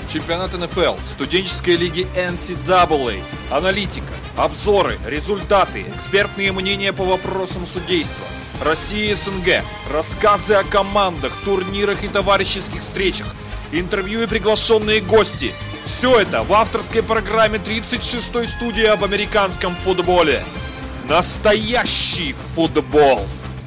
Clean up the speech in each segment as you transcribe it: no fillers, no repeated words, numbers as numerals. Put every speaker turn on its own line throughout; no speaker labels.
чемпионат НФЛ, студенческой лиги NCAA, аналитика, обзоры, результаты, экспертные мнения по вопросам судейства, Россия и СНГ, рассказы о командах, турнирах и товарищеских встречах, интервью и приглашенные гости. Все это в авторской программе 36-й студии об американском футболе. Настоящий футбол!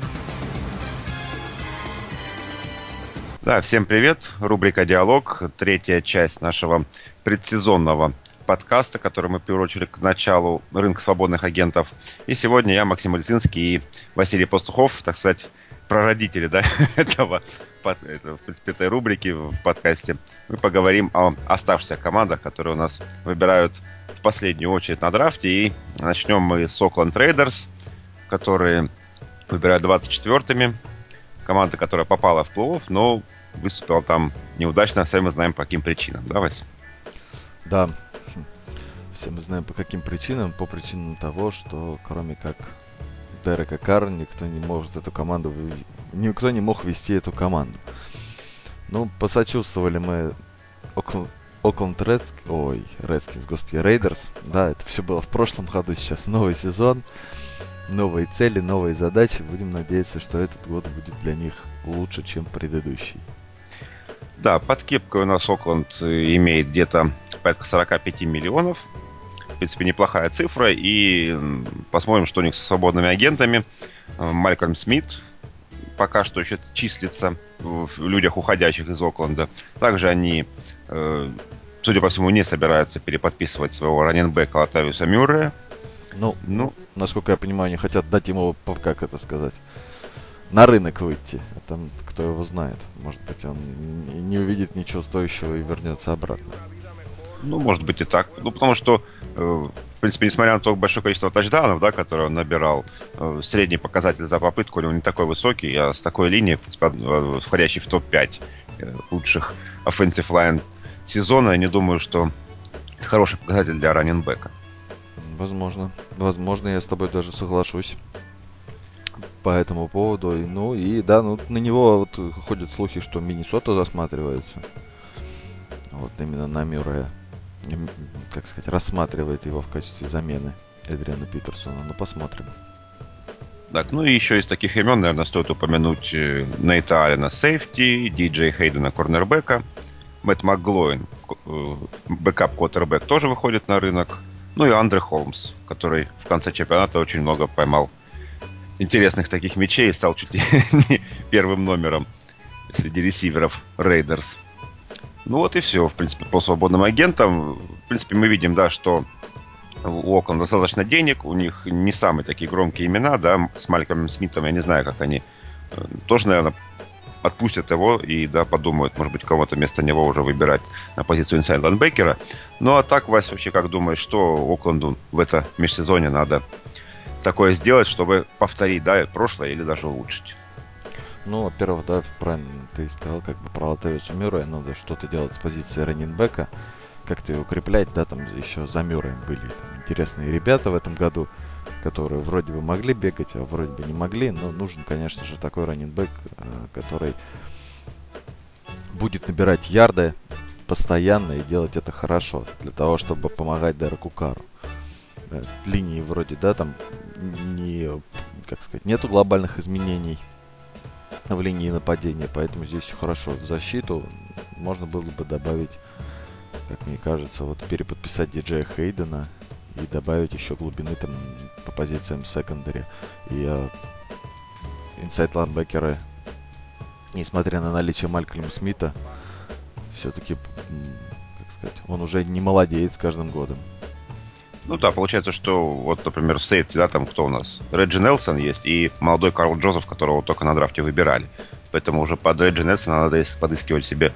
Да, всем привет. Рубрика «Диалог», третья часть нашего предсезонного подкаста, который мы приурочили к началу рынка свободных агентов. И сегодня я, Максим Лисинский и Василий Пастухов, так сказать, прародители, да, в принципе, этой рубрики в подкасте. Мы поговорим о оставшихся командах, которые у нас выбирают в последнюю очередь на драфте. И начнем мы с Oakland Raiders, которые выбирают 24-ми. Команда, которая попала в плей-офф, но выступила там неудачно. Все мы знаем, по каким причинам. Да, Вась?
Да. Все мы знаем, по каким причинам. По причинам того, что кроме как Дерека Карра никто не мог вести эту команду. Ну, посочувствовали мы Окленд Редскинс, господи, Рейдерс. Да, это все было в прошлом году, сейчас новый сезон. Новые цели, новые задачи. Будем надеяться, что этот год будет для них лучше, чем предыдущий.
Да, под кепкой у нас Окленд имеет где-то порядка 45 миллионов. В принципе, неплохая цифра. И посмотрим, что у них со свободными агентами. Малькольм Смит пока что еще числится в людях, уходящих из Окленда. Также они, судя по всему, не собираются переподписывать своего раннинбека Латавиуса Мюррея.
Ну, насколько я понимаю, они хотят дать ему, как это сказать, на рынок выйти. А там кто его знает. Может быть, он не увидит ничего стоящего и вернется обратно.
Ну, может быть и так. Ну, потому что, в принципе, несмотря на то большое количество тачдаунов, да, которые он набирал, средний показатель за попытку у него не такой высокий, а с такой линией, в принципе, входящий в топ-5 лучших offensive line сезона, я не думаю, что это хороший показатель для раннинбека.
Возможно, я с тобой даже соглашусь по этому поводу. На него вот ходят слухи, что Миннесота засматривается. Вот именно на Мюррея. Как сказать, рассматривает его в качестве замены Эдриана Питерсона. Ну, посмотрим.
Так, ну и еще из таких имен, наверное, стоит упомянуть Нейта Аллена сейфти, Диджей Хейдена корнербека, Мэтт МакГлоин, бэкап-квотербек, тоже выходит на рынок. Ну и Андре Холмс, который в конце чемпионата очень много поймал интересных таких мячей и стал чуть ли не первым номером среди ресиверов Рейдерс. Ну вот и все, в принципе, по свободным агентам. В принципе, мы видим, да, что у Окленда достаточно денег, у них не самые такие громкие имена, да, с Малькольмом Смитом, я не знаю, как они тоже, наверное, отпустят его и, да, подумают, может быть, кого-то вместо него уже выбирать на позицию инсайд-лайнбекера. Ну, а так, Вась, вообще как думаешь, что Окленду в это межсезонье надо такое сделать, чтобы повторить, да, прошлое или даже улучшить?
Ну, во-первых, да, правильно ты сказал, как бы про Латавиуса Мюррея надо что-то делать с позиции раннинбека, как-то его укреплять, да, там еще за Мюрреем были там интересные ребята в этом году, которые вроде бы могли бегать, а вроде бы не могли, но нужен, конечно же, такой раннинбек, который будет набирать ярды постоянно и делать это хорошо, для того, чтобы помогать Дереку Карру. Линии вроде, да, там как сказать, нету глобальных изменений в линии нападения, поэтому здесь все хорошо. В защиту можно было бы добавить, как мне кажется, вот переподписать Диджея Хейдена и добавить еще глубины там по позициям секондари. И инсайд-лайнбекеры, несмотря на наличие Малькольма Смита, все-таки, как сказать, он уже не молодеет с каждым годом.
Ну да, получается, что вот, например, в сейфти, да, там кто у нас? Реджи Нелсон есть и молодой Карл Джозеф, которого только на драфте выбирали. Поэтому уже под Реджи Нелсона надо подыскивать себе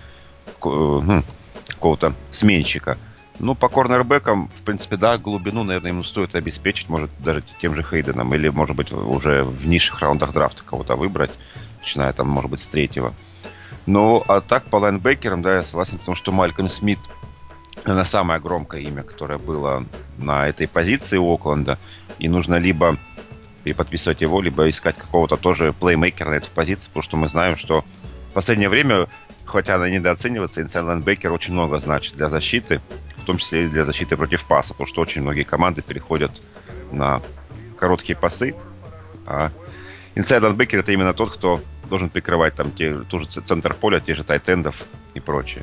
какого-то сменщика. Ну, по корнербекам, в принципе, да, глубину, наверное, ему стоит обеспечить, может, даже тем же Хейденом, или, может быть, уже в низших раундах драфта кого-то выбрать, начиная там, может быть, с третьего. Ну, а так, по лайнбекерам, да, я согласен, потому что Малькольм Смит, наверное, самое громкое имя, которое было на этой позиции у Окленда. И нужно либо переподписывать его, либо искать какого-то тоже плеймейкера на этой позиции, потому что мы знаем, что в последнее время хотя она недооценивается, инсайд лайнбекер очень много значит для защиты, в том числе и для защиты против паса, потому что очень многие команды переходят на короткие пасы, а инсайд лайнбекер это именно тот, кто должен прикрывать там ту же центр поля, тех же тайтендов и прочее.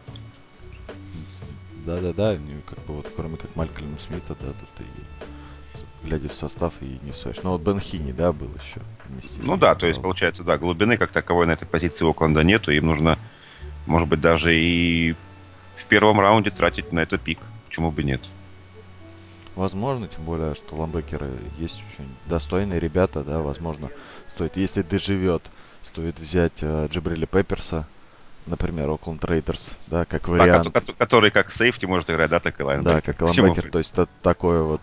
Да, ну, как бы вот кроме как Малькольма Смита, да, тут и глядя в состав и не всаешь. Ну вот Бен Хинни, да, был еще вместе с
Ну
ним
да, то
играл.
есть получается, да, глубины как таковой на этой позиции у Окленда нету, им нужно, может быть, даже и в первом раунде тратить на это пик. Почему бы нет?
Возможно, тем более, что ламбекеры есть очень достойные ребята, да, возможно, стоит, если доживет, стоит взять Джабриля Пепперса, например, Окленд Рейдерс, да, как
Да,
вариант.
который как сейфти может играть, да, так и
Да,
лайнбекер.
как ламбекер, то есть такое вот,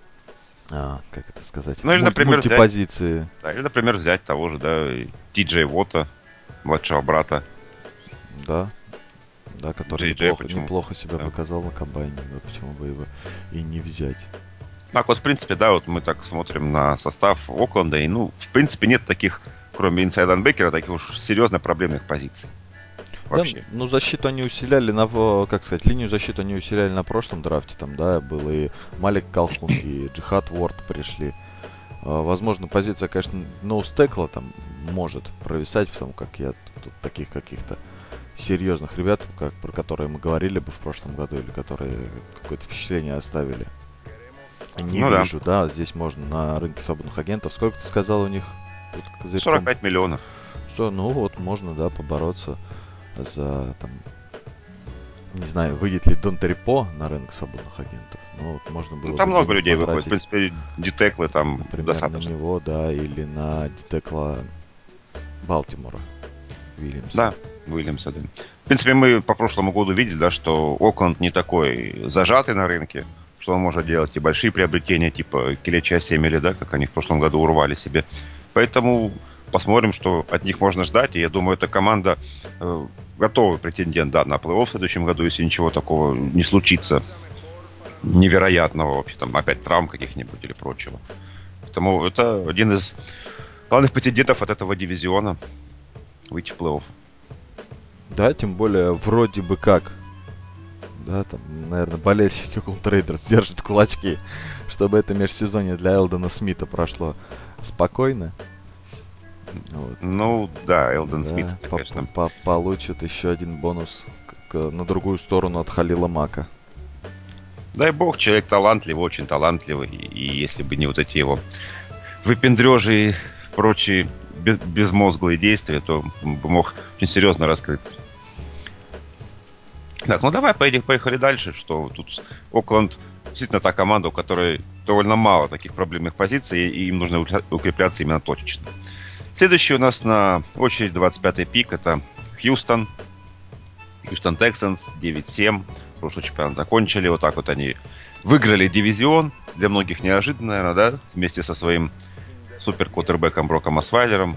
как это сказать,
Ну или, например,
мультипозиции.
да, или, например, взять того же, да, Ти-Джей Вота, младшего брата.
Да, да, который
Джей
неплохо себя
да.
показал на комбайне, да, почему бы его и не взять.
Так вот, в принципе, да, вот мы так смотрим на состав Окленда, и, ну, в принципе, нет таких, кроме инсайд лайнбекера, таких уж серьезно проблемных позиций.
Да,
Вообще.
ну защиту они усиляли как сказать, линию защиты они усиляли на прошлом драфте, там, да, был и Малик Калхун, и Джихад Уорд пришли. Возможно, позиция, конечно, ноустекла там может провисать, потому как я тут таких каких-то серьезных ребят, как, про которые мы говорили бы в прошлом году, или которые какое-то впечатление оставили, не
Ну да,
вижу, да, здесь можно на рынке свободных агентов. Сколько ты сказал у них? Тут козырьком?
45 миллионов.
Что, ну вот, можно, да, побороться за, там, не знаю, выйдет ли Дон Террипо на рынок свободных агентов. Ну, вот можно было
Ну,
бы
там много
денег
людей выходит. В
потратить,
принципе, детеклы там
например,
достаточно.
на него, да, или на детекла Балтимора Уильямса.
Да, Уильямса, да. В принципе, мы по прошлому году видели, да, что Окленд не такой зажатый на рынке, что он может делать и большие приобретения, типа Килеча Семели, да, как они в прошлом году урвали себе. Поэтому посмотрим, что от них можно ждать. И я думаю, эта команда готовый претендент, да, на плей-офф в следующем году, если ничего такого не случится невероятного вообще, там опять травм каких-нибудь или прочего. Поэтому это один из главных претендентов от этого дивизиона выйти в плей-офф.
Да, тем более, вроде бы как. Да, там, наверное, болельщики Окленд Рейдерс держат кулачки, чтобы это межсезонье для Элдена Смита прошло спокойно. Вот.
Ну, да, Элден Смит,
Да,
конечно.
получит еще один бонус на другую сторону от Халила Мака.
Дай бог, человек талантливый, очень талантливый. И если бы не вот эти его выпендрежи и прочие безмозглые действия, то бы мог очень серьезно раскрыться. Так, ну давай поехали дальше, что тут Окленд действительно та команда, у которой довольно мало таких проблемных позиций, и им нужно укрепляться именно точечно. Следующий у нас на очереди 25-й пик, это Хьюстон. Хьюстон Texans 9-7. Прошлый чемпионат закончили. Вот так вот они выиграли дивизион. Для многих неожиданно, наверное, да? Вместе со своим супер-квотербеком Броком Освайлером.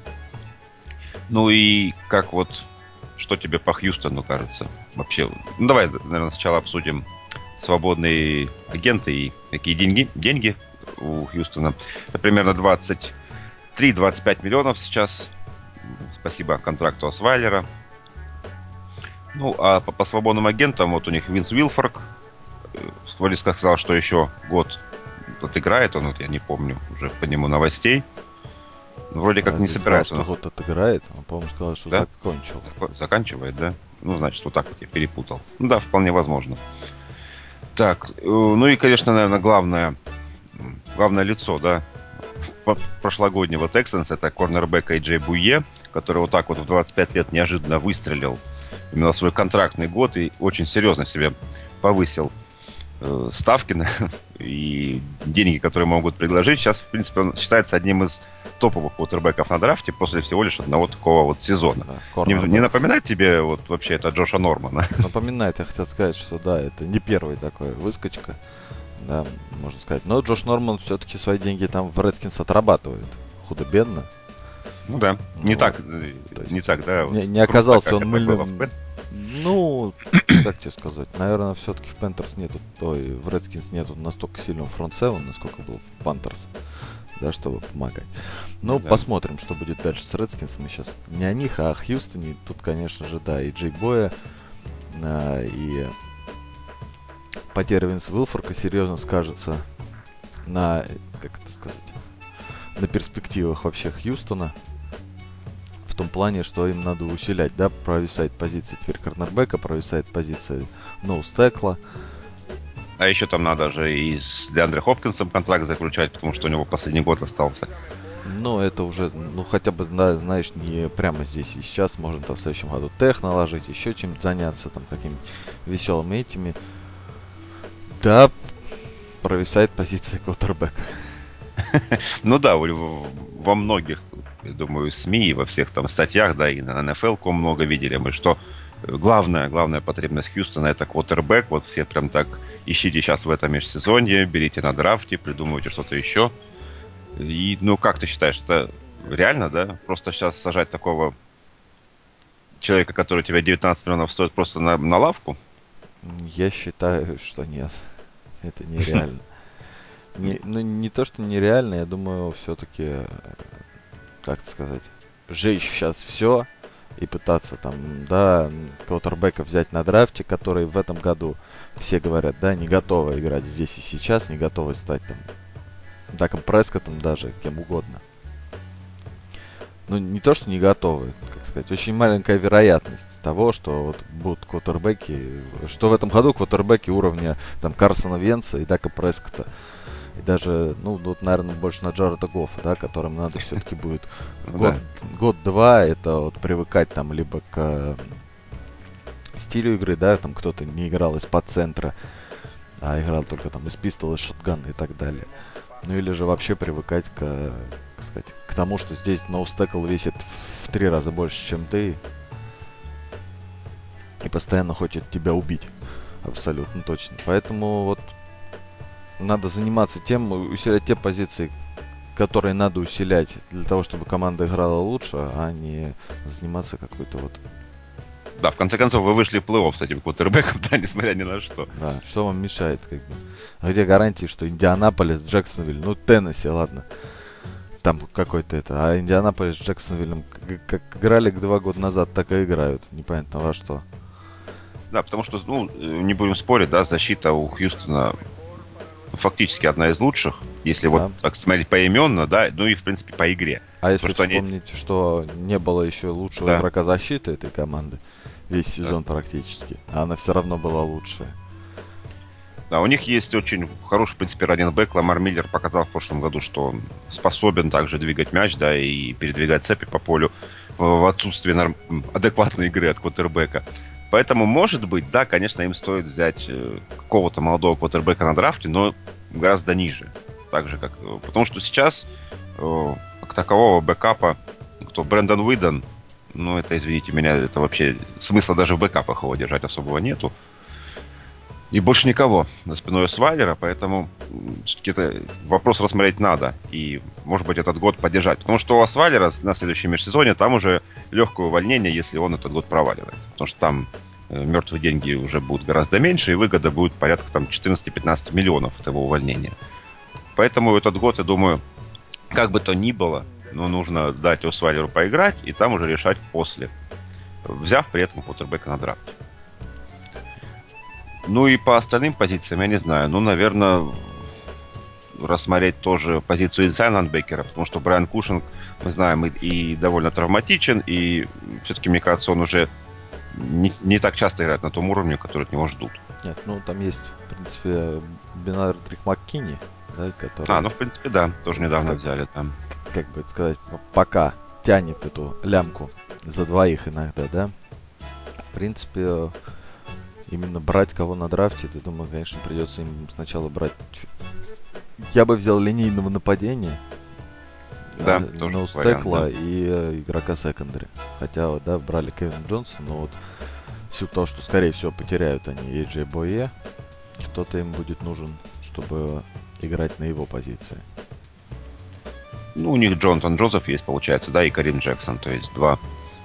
Ну и как вот, что тебе по Хьюстону кажется вообще? Ну давай, наверное, сначала обсудим свободные агенты и какие деньги у Хьюстона. Это примерно 23-25 миллионов сейчас. Спасибо контракту Освайлера. Ну, а по свободным агентам, вот у них Винс Уилфорк. Вроде сказал, что еще год отыграет он, вот я не помню уже по нему новостей. Но вроде как не собирается.
Сказал, что год отыграет, он, по-моему, сказал, что
да?
закончил.
Заканчивает, да? Ну, значит, вот так вот я перепутал. Ну да, вполне возможно. Так, ну и, конечно, наверное, главное лицо, да, прошлогоднего Texans, это корнербэк Джей Буе, который вот так вот в 25 лет неожиданно выстрелил именно свой контрактный год и очень серьезно себе повысил ставки и деньги, которые могут предложить. Сейчас, в принципе, он считается одним из топовых квотербеков на драфте после всего лишь одного такого вот сезона.
Да,
не напоминает тебе вот вообще это Джоша Нормана?
Напоминает, я хотел сказать, что да, это не первый такой выскочка, да, можно сказать. Но Джош Норман все-таки свои деньги там в Редскинс отрабатывает. Худо-бедно.
Ну да, не
Вот.
так,
Не
да.
не оказался
круто,
он мыльным. Ну, как тебе сказать, наверное, все-таки в Пентерс нету, в Редскинс нету настолько сильного фронт-севен, насколько был в Пантерс. да, чтобы помогать. Ну,
Да.
посмотрим, что будет дальше с Редскинс. Мы сейчас не о них, а о Хьюстоне. Тут, конечно же, да, и Джей Боя, и потеря Винса Уилфорка серьезно скажется на, как это сказать, на перспективах вообще Хьюстона. В том плане, что им надо усилять, да, провисает позиция теперь корнербека, провисает позиция ноустекла.
А еще там надо же и с Деандре Хопкинсом контракт заключать, потому что у него последний год остался.
Но это уже, ну, хотя бы, да, знаешь, не прямо здесь и сейчас. Можно там в следующем году тех наложить, еще чем-то заняться, там, какими-то веселыми этими. Да, провисает позиция квотербека.
Ну да, во многих, я думаю, СМИ и во всех там статьях, да, и на NFL.com много видели мы, что главная потребность Хьюстона — это квотербек. Вот все прям так: ищите сейчас в этом межсезонье, берите на драфте, придумывайте что-то еще. И, ну, как ты считаешь, это реально, да? Просто сейчас сажать такого человека, который тебе 19 миллионов стоит, просто на лавку?
Я считаю, что нет. Это нереально. Ну, не то, что нереально, я думаю, все-таки, как это сказать, жечь сейчас все и пытаться там, да, квотербека взять на драфте, который в этом году, все говорят, да, не готовы играть здесь и сейчас, не готовы стать там Даком Прескоттом даже, кем угодно. Ну, не то, что не готовы, как сказать, очень маленькая вероятность того, что вот будут квотербеки, что в этом году квотербеки уровня там Карсона Венца и Дака Прескотта. И даже, ну, вот, наверное, больше на Джареда Гоффа, да, которым надо все-таки будет год-два это вот привыкать там либо к стилю игры, да, там кто-то не играл из-под центра, а играл только там из пистола, из шотгана и так далее. Ну или же вообще привыкать как сказать, к тому, что здесь ноустекл весит в 3 раза больше, чем ты, и постоянно хочет тебя убить. Абсолютно точно. Поэтому вот надо заниматься тем, усилять те позиции, которые надо усилять для того, чтобы команда играла лучше, а не заниматься какой-то вот...
Да, в конце концов, вы вышли в плей-офф с этим квотербеком, да, несмотря ни на что.
Да, что вам мешает, как бы. А где гарантии, что Индианаполис, Джексонвилл, ну, Теннесси, ладно, там какой-то это, а Индианаполис с Джексонвиллем как играли 2 года назад, так и играют, непонятно во что.
Да, потому что, ну, не будем спорить, да, защита у Хьюстона фактически одна из лучших, если вот
Да.
так смотреть поименно, да, ну и, в принципе, по игре.
А если
Потому что они...
вспомнить, что не было еще лучшего
Да,
игрока защиты этой команды весь
да.
сезон практически, а она все равно была лучшая.
Да, у них есть очень хороший, в принципе, раннинбэк. Ламар Миллер показал в прошлом году, что он способен также двигать мяч, да, и передвигать цепи по полю в отсутствии адекватной игры от квотербека. Поэтому, может быть, да, конечно, им стоит взять какого-то молодого квотербека на драфте, но гораздо ниже. Так же, как... Потому что сейчас, как такового бэкапа, кто Брэндон Уидон, ну, это, извините меня, это вообще смысла даже в бэкапах его держать особого нету. И больше никого за спиной Освайлера, поэтому все-таки это вопрос рассмотреть надо. И, может быть, этот год поддержать. Потому что у Освайлера на следующем межсезонье там уже легкое увольнение, если он этот год проваливает. Потому что там мертвые деньги уже будут гораздо меньше, и выгода будет порядка там 14-15 миллионов от его увольнения. Поэтому этот год, я думаю, как бы то ни было, но нужно дать Освайлеру поиграть, и там уже решать после. Взяв при этом квотербека на драфте. Ну и по остальным позициям, я не знаю. Ну, наверное, рассмотреть тоже позицию инсайд лайнбекера, потому что Брайан Кушинг, мы знаем, и довольно травматичен, и все-таки, мне кажется, он уже не так часто играет на том уровне, который от него ждут.
Нет, ну там есть, в принципе, Бенардрик Маккини, да, который...
Ну, в принципе, да, тоже недавно взяли там.
Как бы это сказать, пока тянет эту лямку за двоих иногда, да. В принципе, именно брать кого на драфте, я думаю, конечно, придется им сначала брать... Я бы взял линейного нападения,
Да,
да,
тоже
ноустекла
вариант, да.
и игрока секондари. Хотя, вот, да, брали Кевин Джонсон, но вот всю то, что, скорее всего, потеряют они Эйджей Бое, кто-то им будет нужен, чтобы играть на его позиции.
Ну, у них Джонатан Джозеф есть, получается, да, и Карим Джексон. То есть два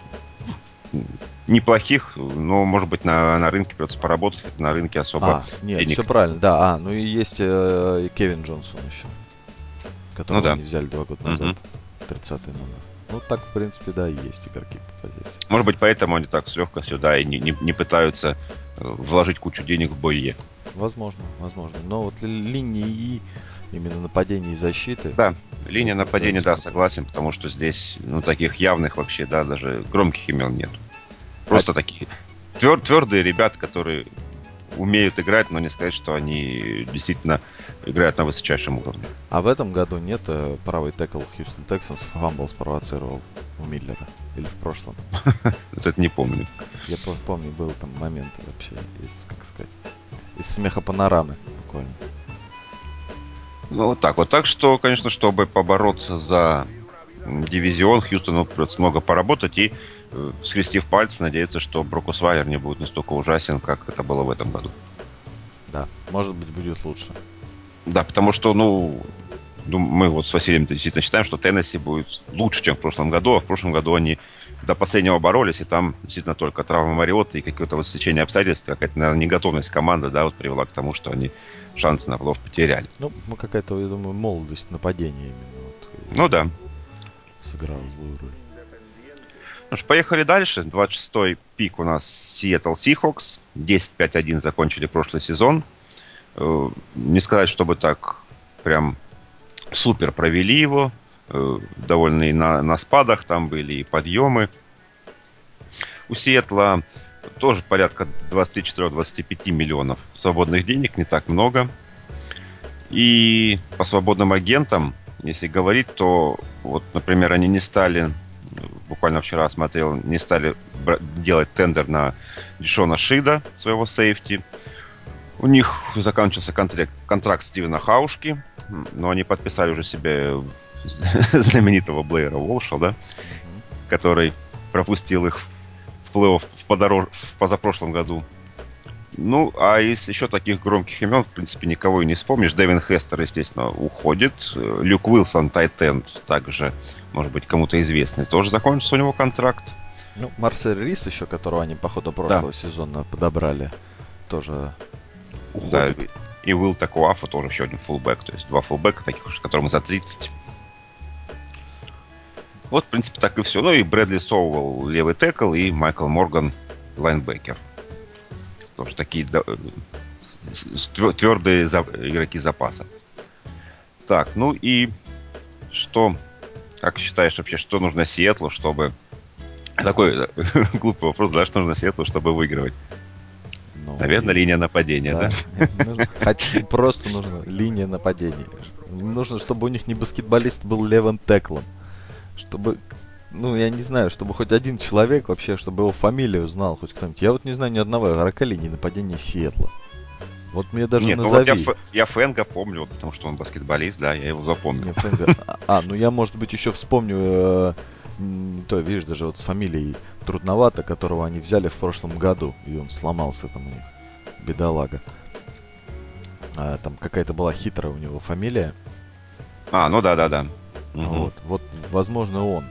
неплохих, но, может быть, на рынке придется поработать, на рынке особо
Нет,
денег.
все правильно, да. Ну и есть и Кевин Джонсон еще. которого они взяли 2 года назад, 30-й номер. Ну, так, в принципе, да, и есть игроки по позиции.
Может быть, поэтому они так с легкостью, да, и не пытаются вложить кучу денег в бое.
Возможно. Но вот линии именно нападения и защиты...
Да, линия нападения, да, согласен, потому что здесь, таких явных вообще, да, даже громких имен нет. Просто такие твердые ребята, которые умеют играть, но не сказать, что они действительно играют на высочайшем уровне.
А в этом году нет правый текл Хьюстон Тексанс фамбл спровоцировал у Миллера? Или в прошлом?
Это не помню.
Я помню, был там момент вообще из смеха панорамы буквально.
Ну, вот так вот. Так что, конечно, чтобы побороться за дивизион, Хьюстону придется много поработать и, скрестив пальцы, надеяться, что Брок Освайер не будет настолько ужасен, как это было в этом году.
Да, может быть, будет лучше.
Да, потому что, мы вот с Василием действительно считаем, что Теннесси будет лучше, чем в прошлом году, а в прошлом году они до последнего боролись, и там действительно только травма Мариотты и какое-то вот стечение обстоятельств, какая-то, наверное, неготовность команды, да, вот привела к тому, что они шансы на плей-офф потеряли.
Какая-то, я думаю, молодость нападения именно.
Ну да.
Сыграла злую роль.
Ну что, поехали дальше. 26-й пик у нас Seattle Seahawks. 10-5-1 закончили прошлый сезон. Не сказать, чтобы так прям супер провели его. Довольно и на спадах там были, и подъемы. У Сиэтла тоже порядка 24-25 миллионов свободных денег, не так много. И по свободным агентам, если говорить, то вот, например, они не стали, буквально вчера смотрел, не стали делать тендер на Дишона Шида, своего сейфти. У них заканчивался контракт Стивена Хаушки, но они подписали уже себе знаменитого Блэйра Уолша, да, который пропустил их в плей-офф в позапрошлом году. Ну, а из еще таких громких имен, в принципе, никого и не вспомнишь. Дэвин Хестер, естественно, уходит. Люк Уилсон, тайт-энд, также, может быть, кому-то известный, тоже закончится у него контракт.
Ну, Марсель Рис еще, которого они по ходу прошлого сезона подобрали, тоже уходит.
Да, и Уилл Такуафа тоже еще один фулбэк. То есть 2 фулбэка таких уж, которым за 30. Вот, в принципе, так и все. Ну и Брэдли Соуэлл, левый текл, и Майкл Морган, лайнбекер. Тоже такие твердые игроки запаса. Так, ну и что, как считаешь вообще, что нужно Сиэтлу, чтобы... Такой глупый вопрос, да, что нужно Сиэтлу, чтобы выигрывать? Наверное, линия нападения, да?
Просто нужна линия нападения. Нужно, чтобы у них не баскетболист был левым теклом. Чтобы, я не знаю, чтобы хоть один человек вообще, чтобы его фамилию знал хоть кто-нибудь. Я вот не знаю ни одного игрока линии нападения Сиэтла. Вот мне даже назови.
Ну вот я Фэнга помню, потому что он баскетболист, да, я его запомнил.
Не, Фэнга. Я, может быть, еще вспомню, видишь, даже вот с фамилией трудновато, которого они взяли в прошлом году, и он сломался там у них, бедолага. Там какая-то была хитрая у него фамилия.
Ну да.
Вот, возможно, он.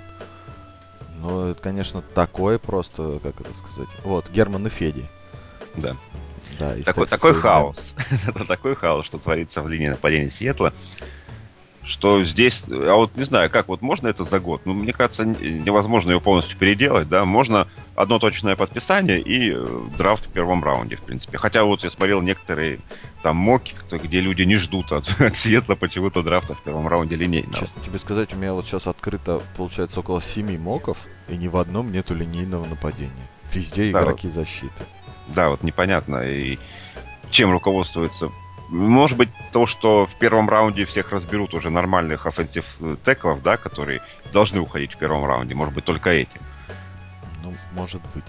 Но это, конечно, такое просто, как это сказать. Вот, Герман и Феди.
Да.
Да,
такой хаос. Это такой хаос, что творится в линии нападения Сиэтла. Что здесь... А вот не знаю, как вот можно это за год? Ну, мне кажется, невозможно ее полностью переделать, да? Можно одно точное подписание и драфт в первом раунде, в принципе. Хотя вот я смотрел некоторые там моки, где люди не ждут от Сиэтла почему-то драфта в первом раунде линейного.
Честно тебе сказать, у меня вот сейчас открыто, получается, около 7 моков, и ни в одном нету линейного нападения. Везде игроки защиты.
Да, вот непонятно, и чем руководствуется. Может быть, то, что в первом раунде всех разберут уже нормальных офенсив теклов, да, которые должны уходить в первом раунде. Может быть, только этим.
Ну, может быть.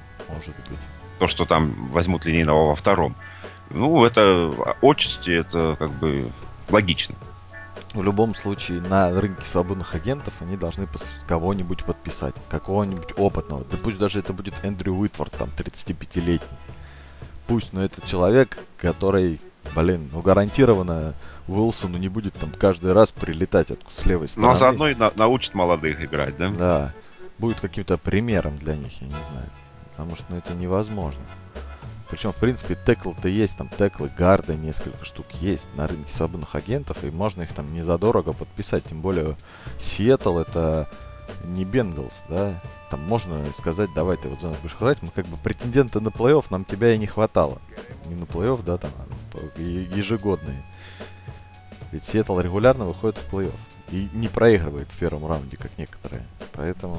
То, что там возьмут линейного во втором. Ну, это отчасти, это как бы логично.
В любом случае, на рынке свободных агентов они должны кого-нибудь подписать. Какого-нибудь опытного. Да пусть даже это будет Эндрю Уитворд, там, 35-летний. Пусть, но это человек, который... гарантированно Уилсону не будет там каждый раз прилетать с левой стороны.
Ну, а заодно и научит молодых играть, да?
Да. Будет каким-то примером для них, я не знаю. Потому что, это невозможно. Причем, в принципе, текл-то есть, там теклы, гарды, несколько штук есть на рынке свободных агентов, и можно их там не задорого подписать. Тем более, Сиэтл это не Бенгалс, да. Там можно сказать, давай ты вот за нас будешь играть, мы как бы претенденты на плей-офф, нам тебя и не хватало. Не на плей-офф, да, там, а ежегодные. Ведь Сиэтл регулярно выходит в плей-офф и не проигрывает в первом раунде, как некоторые. Поэтому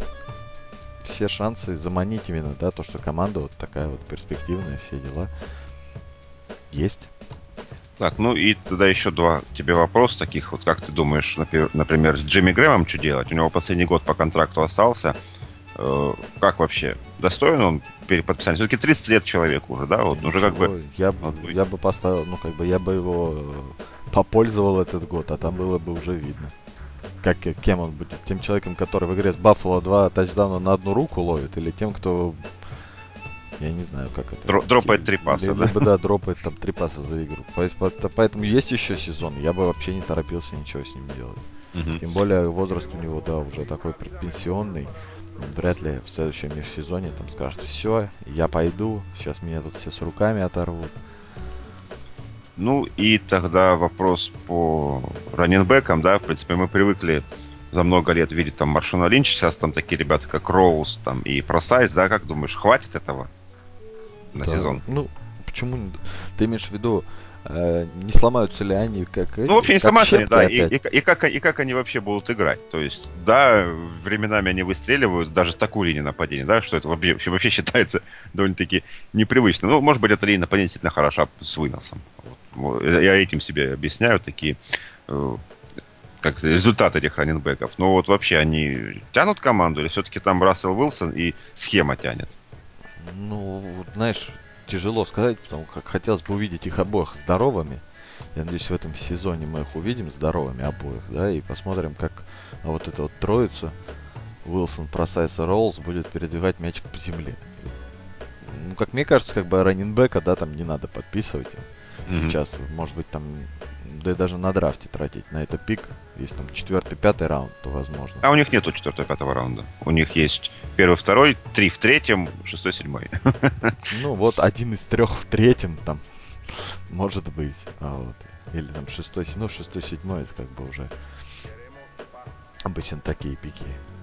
все шансы заманить именно, да, то, что команда вот такая вот перспективная, все дела есть.
Так, ну и тогда еще два тебе вопроса таких. Вот как ты думаешь, например, с Джимми Грэмом что делать? У него последний год по контракту остался. Как вообще? Достоин он переподписания? Все-таки 30 лет человеку уже, да? Вот уже как бы...
Я бы поставил, ну, как бы я бы его попользовал этот год, а там было бы уже видно. Кем он будет? Тем человеком, который в игре с Баффало 2 тачдауна на одну руку ловит, или тем, кто... Я не знаю, как это...
Дропает 3 паса, да?
Либо, да, дропает там 3 паса за игру. Поэтому есть еще сезон. Я бы вообще не торопился ничего с ним делать. Тем более возраст у него, да, уже такой предпенсионный. Вряд ли в следующем межсезонье там скажет, все, я пойду, сейчас меня тут все с руками оторвут.
Ну и тогда вопрос по раннинбекам, да, в принципе, мы привыкли за много лет видеть там Маршона Линча, сейчас там такие ребята, как Роуз там и Просайз, да, как думаешь, хватит этого на сезон?
Ну, почему? Ты имеешь в виду, не сломаются ли они, как
Ну, вообще не
как
сломаются они, да,
опять?
и как они вообще будут играть. То есть, да, временами они выстреливают, даже с такой линии нападения, да, что это вообще считается довольно-таки непривычно. Ну, может быть, эта линия нападения действительно хороша с выносом. Вот. Я этим себе объясняю такие как результаты этих раннинбеков. Но вот вообще они тянут команду или все-таки там Рассел Уилсон и схема тянет?
Ну, вот, знаешь, тяжело сказать, потому как хотелось бы увидеть их обоих здоровыми. Я надеюсь, в этом сезоне мы их увидим здоровыми обоих, да, и посмотрим, как вот эта вот троица Уилсон, Просайс и Роулс будет передвигать мячик по земле. Ну, как мне кажется, как бы раннинбека, да, там не надо подписывать сейчас. Может быть, там, да и даже на драфте тратить на это пик. Если там 4-5 раунд, то возможно.
А у них нету 4-5 раунда. У них есть 1-2, 3 в третьем, 6-7.
Ну, вот один из 3 в третьем, там, может быть. Вот. Или там 6-7, ну, 6-7 это как бы уже обычно такие пики.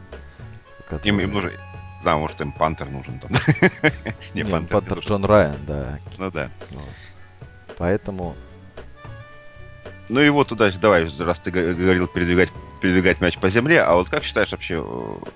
Им нужен... Да, может, им пантер нужен там.
Не, пантер Джон Райан, да.
Ну да.
Вот. Поэтому...
Ну и вот туда, давай, раз ты говорил передвигать мяч по земле, а вот как считаешь вообще,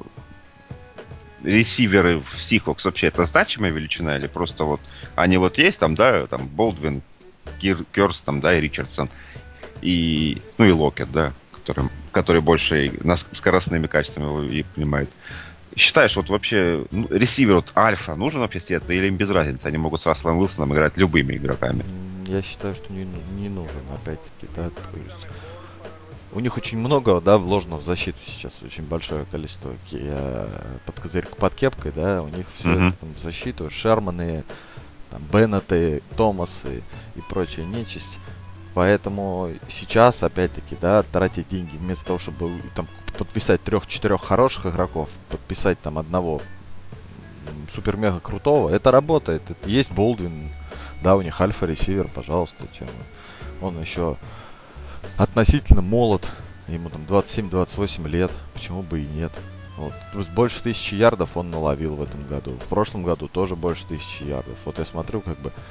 ресиверы в Seahawks вообще это значимая величина или просто вот они вот есть там, да, там Болдвин, Кёрс там, да, и Ричардсон, и, ну и Локет, да, который больше скоростными качествами и понимает. Считаешь, вот вообще ресивер, вот альфа, нужен вообще Сиэтлу или им без разницы? Они могут с Расселом Уилсоном играть любыми игроками.
Я считаю, что не нужен, опять-таки, да, то есть у них очень много, да, вложено в защиту сейчас, очень большое количество под кепкой, да, у них все это там в защиту, Шерманы, там, Беннеты, Томасы и прочая нечисть. Поэтому сейчас, опять-таки, да, тратить деньги вместо того, чтобы там подписать 3-4 хороших игроков, подписать там одного супер-мега крутого, это работает. Это есть Болдвин, да, у них альфа-ресивер, пожалуйста, чем он еще относительно молод, ему там 27-28 лет, почему бы и нет. Вот. Больше 1000 ярдов он наловил в этом году. В прошлом году тоже больше 1000 ярдов. Вот я смотрю, как бы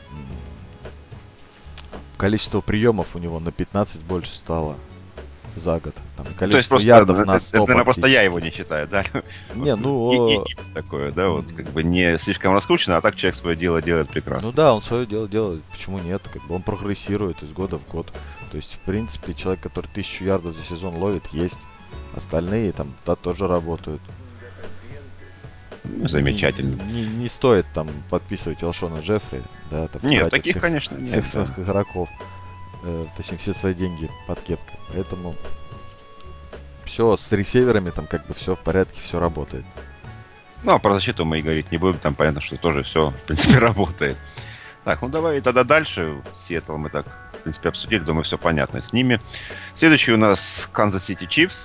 количество приемов у него на 15 больше стало за год. Там, количество ярдов на 100.
Это, наверное, просто я его не считаю, да?
Не, ну...
такое, да, вот, как бы не слишком раскручено, а так человек свое дело делает прекрасно.
Ну да, он свое дело делает, почему нет? Как бы он прогрессирует из года в год. То есть, в принципе, человек, который 1000 ярдов за сезон ловит, есть. Остальные там, да, тоже работают.
Замечательно.
Не стоит там подписывать Элшона Джеффри, да, там,
нет, таких, конечно, нет.
Всех своих игроков, точнее, все свои деньги под кепкой. Поэтому все с ресиверами там как бы все в порядке, все работает.
Ну, а про защиту мы и говорить не будем, там понятно, что тоже все, в принципе, работает. Так, ну давай тогда дальше. Сиэтл мы так, в принципе, обсудили, думаю, все понятно с ними. Следующий у нас Kansas City Chiefs.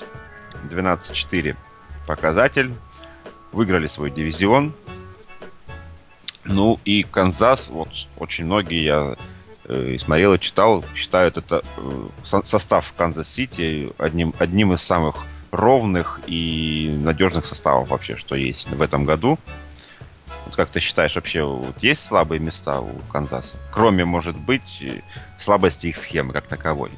12-4 показатель. Выиграли свой дивизион. Ну и Канзас, вот очень многие я и смотрел и читал, считают это состав Канзас-Сити одним из самых ровных и надежных составов вообще, что есть в этом году. Вот как ты считаешь, вообще вот есть слабые места у Канзаса? Кроме, может быть, слабости их схемы как таковой.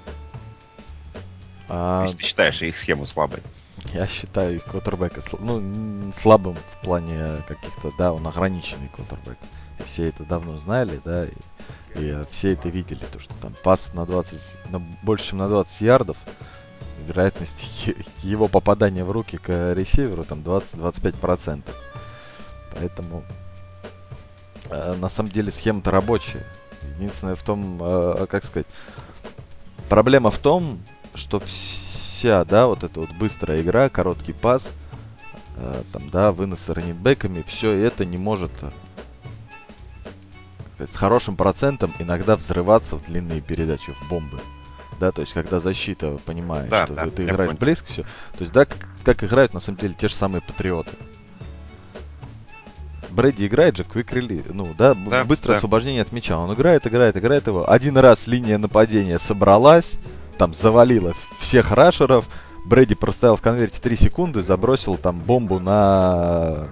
А,
Если ты считаешь их схему слабой.
я считаю их квотербека слабым в плане каких-то, да, он ограниченный квотербек. И все это давно знали, да, и все это видели, то, что там пас на 20, больше, чем на 20 ярдов, вероятность его попадания в руки к ресиверу там 20-25%. Поэтому на самом деле схема-то рабочая. Единственное в том, как сказать, проблема в том, что вся, да, вот эта вот быстрая игра, короткий пас, там, да, выносы раннинбеками, все это не может, сказать, с хорошим процентом иногда взрываться в длинные передачи, в бомбы. Да, то есть, когда защита понимает,
Да,
что
да,
ты
я
играешь
понял.
близко, все. То есть, да, как играют на самом деле те же самые патриоты. Брэди играет же Quick Release, ну, да,
Да,
быстрое
да.
освобождение от мяча. Он играет его. Один раз линия нападения собралась, там завалила всех рашеров. Брэди простоял в конверте 3 секунды, забросил там бомбу на...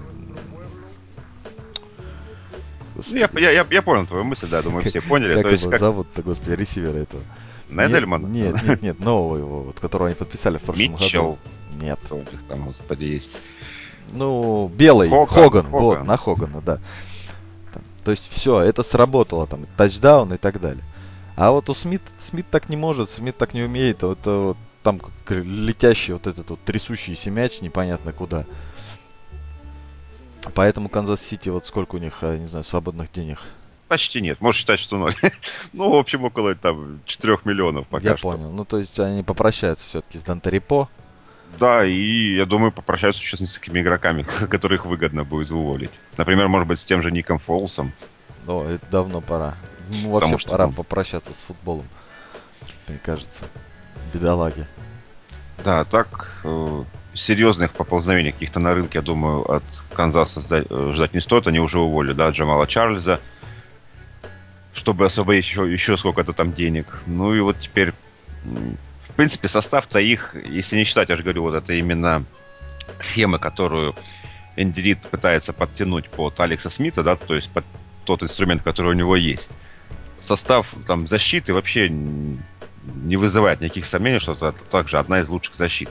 Ну, я понял твою мысль, да, думаю, все поняли.
Как
То есть,
его
как
зовут-то, господи, ресивера этого?
Недельман,
Нет, нового его, вот, которого они подписали в прошлом
Митчелл,
году. Нет.
кто у них там, господи, есть.
Ну, белый, Хоган, вот, на Хогана, да. Там, то есть все, это сработало, там, тачдаун и так далее. А вот у Смит так не может, Смит так не умеет. Вот там как летящий вот этот вот трясущийся мяч непонятно куда. Поэтому Канзас-Сити, вот сколько у них, не знаю, свободных денег.
Почти нет. Можешь считать, что ноль. Ну, в общем, около там 4 миллионов
Я
пока что.
понял. Ну, то есть они попрощаются все-таки с Донтарипо.
Да, и я думаю, попрощаются сейчас с несколькими игроками, которых выгодно будет уволить. Например, может быть, с тем же Ником Фолсом.
О, это давно пора. Ему вообще
Потому что,
пора
ну,
попрощаться с футболом, мне кажется. Бедолаги.
да, так, серьезных поползновений каких-то на рынке, я думаю, от Канзаса ждать не стоит. Они уже уволили, да, Джамала Чарльза, чтобы освободить еще сколько-то там денег. Ну и вот теперь, в принципе, состав-то их, если не считать, я же говорю, вот это именно схема, которую Энди Рид пытается подтянуть под Алекса Смита, да, то есть под тот инструмент, который у него есть. Состав там защиты вообще не вызывает никаких сомнений, что это также одна из лучших защит.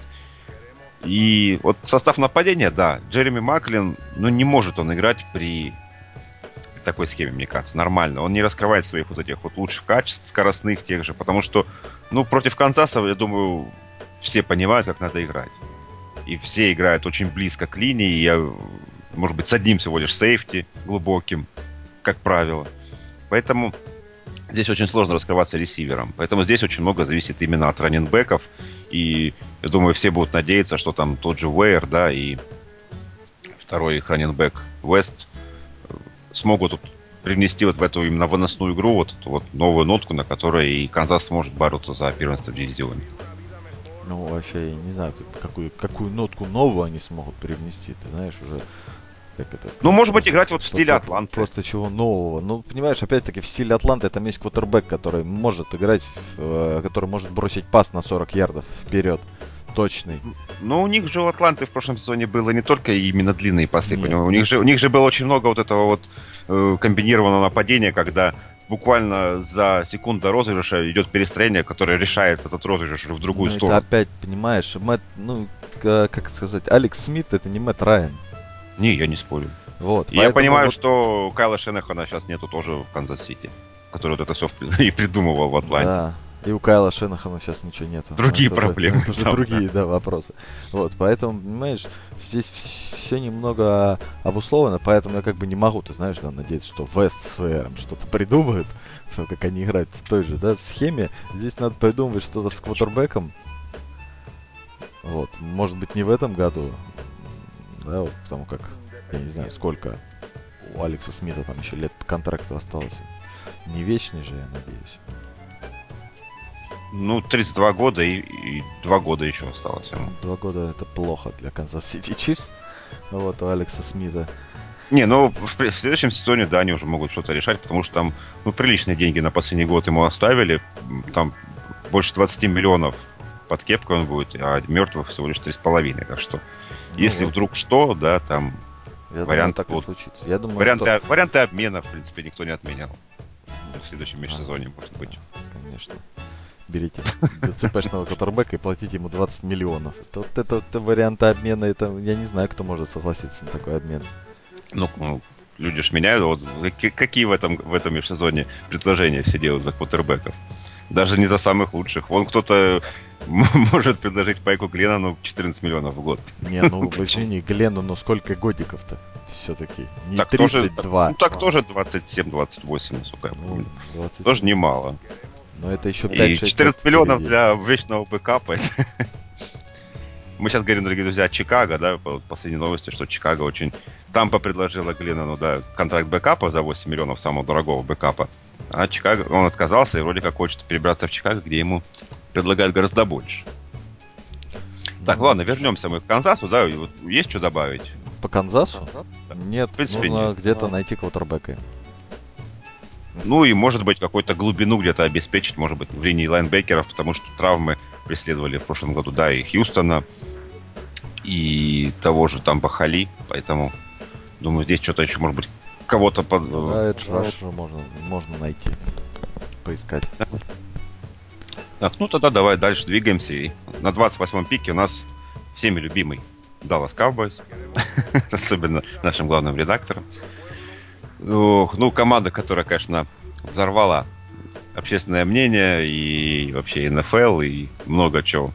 И вот состав нападения, да, Джереми Маклин, ну не может он играть при такой схеме, мне кажется, нормально. Он не раскрывает своих вот этих вот лучших качеств, скоростных тех же, потому что, ну, против Канзаса, я думаю, все понимают, как надо играть. И все играют очень близко к линии, я, может быть, с одним всего лишь сейфти глубоким, как правило. Поэтому здесь очень сложно раскрываться ресивером. Поэтому здесь очень много зависит именно от раннинбеков. И я думаю, все будут надеяться, что там тот же Уэйр, да, и второй их раннинбек Уэст смогут тут привнести вот в эту именно выносную игру вот эту вот новую нотку, на которой и Канзас сможет бороться за первенство в дивизионе.
Ну, вообще, я не знаю, какую нотку новую они смогут привнести. Ты знаешь, уже, как это
Ну,
сказать,
может быть, играть вот в стиле Атланты.
просто чего нового. Ну, понимаешь, опять-таки, в стиле Атланты там есть квотербек, который может играть, который может бросить пас на 40 ярдов вперед. Точный.
Но у них же у Атланты в прошлом сезоне было не только именно длинные пасы,
Нет,
у них же было очень много вот этого вот комбинированного нападения, когда буквально за секунду до розыгрыша идет перестроение, которое решает этот розыгрыш уже в другую
ну это
сторону.
опять, понимаешь, ну, как сказать, Алекс Смит это не Мэтт Райан.
Не, я не спорю.
Вот,
И я
поэтому
понимаю,
вот,
что Кайла Шенахана сейчас нету тоже в Канзас-Сити, который вот это все и придумывал в Атланте.
да, и у Кайла Шенахана сейчас ничего нету. Но
Другие проблемы
это уже
там, да.
другие, да, вопросы. Вот, поэтому, понимаешь, здесь все немного обусловлено, поэтому я как бы не могу, ты знаешь, да, надеяться, что Вест с Фэром что-то придумают, что как они играют в той же, да, схеме. Здесь надо придумывать что-то с квотербеком. Вот, может быть, не в этом году, да, вот, потому как, я не знаю, сколько у Алекса Смита там еще лет по контракту осталось. Не вечный же, я надеюсь.
Ну, 32 года и 2 года еще осталось ему.
2 года это плохо для Канзас Сити Чифс. Вот, у Алекса Смита.
Не, ну в следующем сезоне, да, они уже могут что-то решать, потому что там, ну, приличные деньги на последний год ему оставили. Там больше 20 миллионов под кепкой он будет, а мертвых всего лишь 3,5. Так что,
Ну
если
вот.
вдруг что, да, там
Я думаю,
варианты
так и
будут.
случится. Я думаю,
Варианты обмена, в принципе, никто не отменял. В следующем межсезонье, может быть.
Да, конечно. Берите ДЦПшного квотербека и платите ему 20 миллионов. Это варианты обмена, это я не знаю, кто может согласиться на такой обмен.
Ну, люди ж меняют. Вот, какие в этом межсезонье предложения все делают за квотербеков? Даже не за самых лучших. Вон кто-то может предложить Пайку Гленнону 14 миллионов в год.
Не, ну извини, Гленну, ну сколько годиков-то все-таки? Не
Так
32.
так тоже 27-28, насколько я помню.
Ну, 27.
Тоже немало.
Но это еще 5-6
И
лет
14 миллионов
впереди.
для вечного бэкапа. Мы сейчас говорим, дорогие друзья, о Чикаго, да, по последней новости, что Чикаго очень... Тампа предложила Гленнону, да, контракт бэкапа за 8 миллионов, самого дорогого бэкапа. А Чикаго, он отказался и вроде как хочет перебраться в Чикаго, где ему предлагают гораздо больше. Так, ладно, вернемся мы к Канзасу, да, вот есть что добавить?
По Канзасу?
Да.
Нет,
В принципе,
нужно
нет.
где-то найти квотербека.
Ну и, может быть, какую-то глубину где-то обеспечить, может быть, в линии лайнбекеров, потому что травмы преследовали в прошлом году, да, и Хьюстона, и того же там Бахали, поэтому, думаю, здесь что-то еще, может быть, кого-то под...
Да, Эдж Рашера можно найти, поискать.
Так, ну тогда давай дальше двигаемся. И на 28-м пике у нас всеми любимый Dallas Cowboys, особенно нашим главным редактором. Ну, команда, которая, конечно, взорвала общественное мнение и вообще НФЛ и много чего.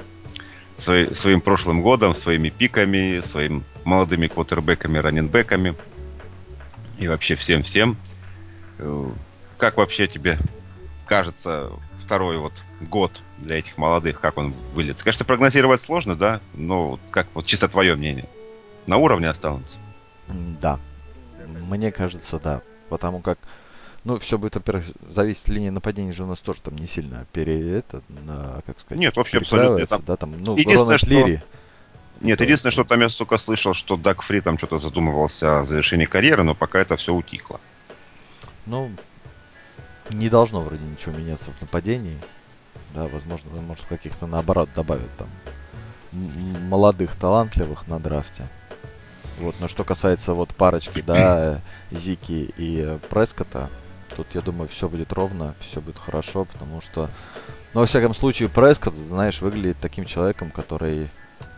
Своим прошлым годом, своими пиками, своими молодыми квотербеками, раннинбеками и вообще всем-всем. Как вообще тебе кажется второй вот год для этих молодых, как он выльется? Конечно, прогнозировать сложно, да? Но как вот чисто твое мнение? На уровне останутся?
Да. Мне кажется, да. Потому как, ну, все будет, во-первых, зависеть, линия нападения же у нас тоже там не сильно как сказать,
Нет, вообще абсолютно.
перекраивается, да, там, ну,
Единственное,
Рональд Лири.
Нет, единственное, что там я только слышал, что Даг Фри там что-то задумывался о завершении карьеры, но пока это все утихло.
Ну, не должно вроде ничего меняться в нападении. Да, возможно, может, каких-то наоборот добавят там молодых, талантливых на драфте. Вот, но что касается вот парочки, да, Зики и Прескота, тут, я думаю, все будет ровно, все будет хорошо, потому что, ну, во всяком случае, Прескотт, знаешь, выглядит таким человеком, который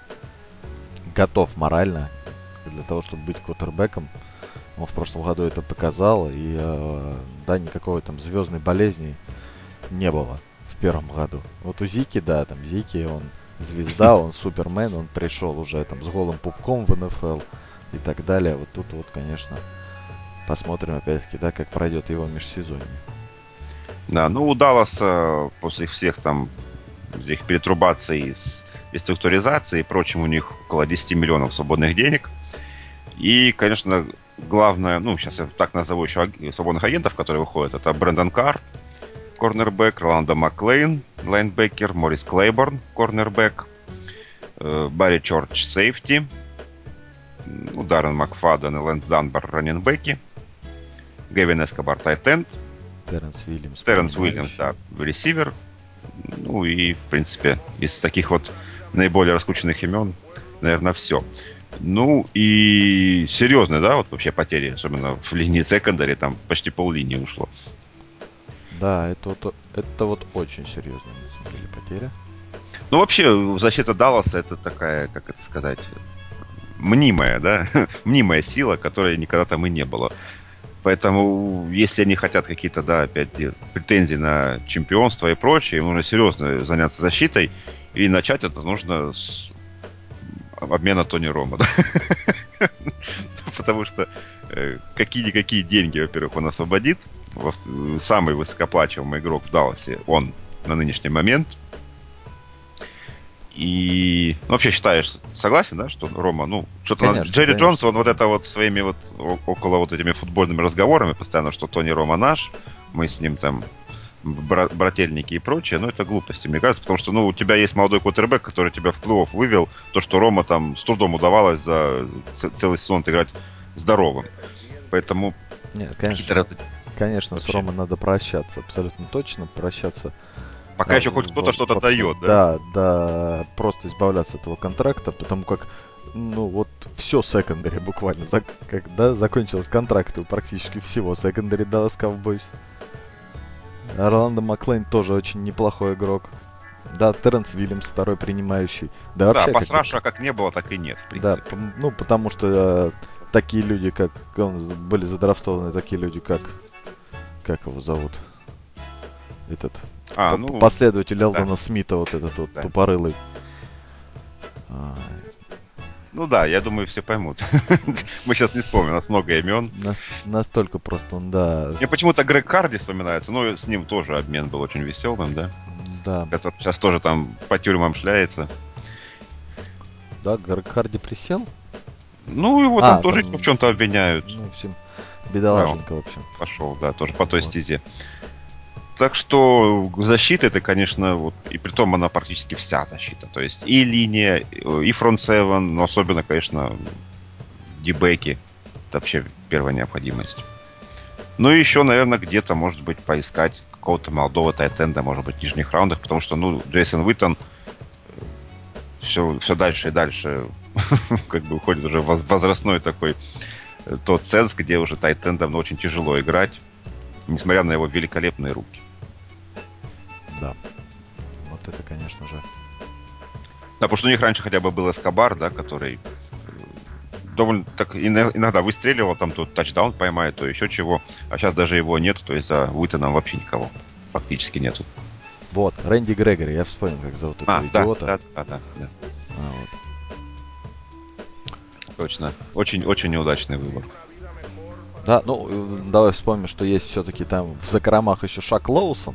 готов морально для того, чтобы быть квотербеком. Он в прошлом году это показал, и, да, никакой там звездной болезни не было в первом году. Вот у Зики, да, там Зики, он звезда, он супермен, он пришел уже там с голым пупком в НФЛ и так далее. Вот тут вот, конечно, посмотрим опять-таки, да, как пройдет его межсезонье.
Да, ну у Далласа после всех там их перетрубаций, реструктуризации и прочим, у них около 10 миллионов свободных денег. И, конечно, главное, ну, сейчас я так назову еще свободных агентов, которые выходят, это Брэндон Карр, корнербэк, Роландо Маклейн, лайнбекер, Морис Клейборн, корнербэк, Барри Чорч, сейфти, Даррен Макфаден и Лэнд Данбар, раннинбеки, Гевин Эскобар, тайтенд, Терренс Уильямс, да, ресивер. Ну и, в принципе, из таких вот наиболее раскрученных имен, наверное, все. Ну и серьезные, да, вот вообще потери, особенно в линии секондари, там почти пол-линии ушло.
Да, это вот очень серьезная, на самом деле, потеря.
Ну вообще, защита Далласа это такая, как это сказать, мнимая, да, мнимая сила, которой никогда там и не было. Поэтому, если они хотят какие-то, да, опять претензии на чемпионство и прочее, им нужно серьезно заняться защитой. И начать это нужно с обмена Тони Ромо. Да? Потому что какие-никакие деньги, во-первых, он освободит. Самый высокооплачиваемый игрок в Далласе он на нынешний момент. И вообще считаешь, согласен, да, что Рома, ну, что-то
Конечно,
Джерри
конечно.
Джонс, он вот это вот своими вот около вот этими футбольными разговорами постоянно, что Тони Рома наш, мы с ним там брательники и прочее, но это глупости, мне кажется, потому что, ну, у тебя есть молодой квотербек, который тебя в плей-офф вывел, то, что Рома там с трудом удавалось за целый сезон играть здоровым. Поэтому...
Нет, конечно, с Ромой надо прощаться, абсолютно точно прощаться.
Пока еще хоть кто-то что-то вообще дает,
да? Да, просто избавляться от этого контракта, потому как, все секондари буквально, когда закончились контракты практически всего секондари Dallas Cowboys. Орландо Маклейн тоже очень неплохой игрок. Да, Терренс Вильямс, второй принимающий. Да, вообще,
пас-раша как не было, так и нет, в принципе.
Да, потому что такие люди, как были задрафтованы, такие люди, как его зовут? Этот последователь Элдона Смита, вот этот вот тупорылый.
Я думаю, все поймут. Мы сейчас не вспомним, у нас много имен.
Настолько просто он, да.
Мне почему-то Грег Карди вспоминается, но с ним тоже обмен был очень веселым, да?
Да.
Который сейчас тоже там по тюрьмам шляется.
Да, Грег Карди присел?
Его там тоже в чем-то обвиняют.
Всем бедолаженько, в общем.
Пошел, да, тоже по той стезе. Так что защита это, конечно, и притом она практически вся защита. То есть и линия, и фронт-севен, но особенно, конечно, дебеки. Это вообще первая необходимость. Ну и еще, наверное, где-то, может быть, поискать какого-то молодого тайтенда, может быть, в нижних раундах, потому что, Джейсон Уиттон все дальше и дальше как бы уходит уже в возрастной такой тот сенс, где уже тайтендам очень тяжело играть, несмотря на его великолепные руки.
Да. Вот это, конечно же.
Да, потому что у них раньше хотя бы был Эскобар, да, который довольно так иногда выстреливал, там то тачдаун поймает, то еще чего. А сейчас даже его нет, то есть за Уиттоном вообще никого фактически нету.
Вот, Рэнди Грегори, я вспомнил, как зовут этого идиота.
Да.
Вот.
Точно. Очень неудачный выбор.
Да, давай вспомним, что есть все-таки там в закромах еще Шак Лоусон.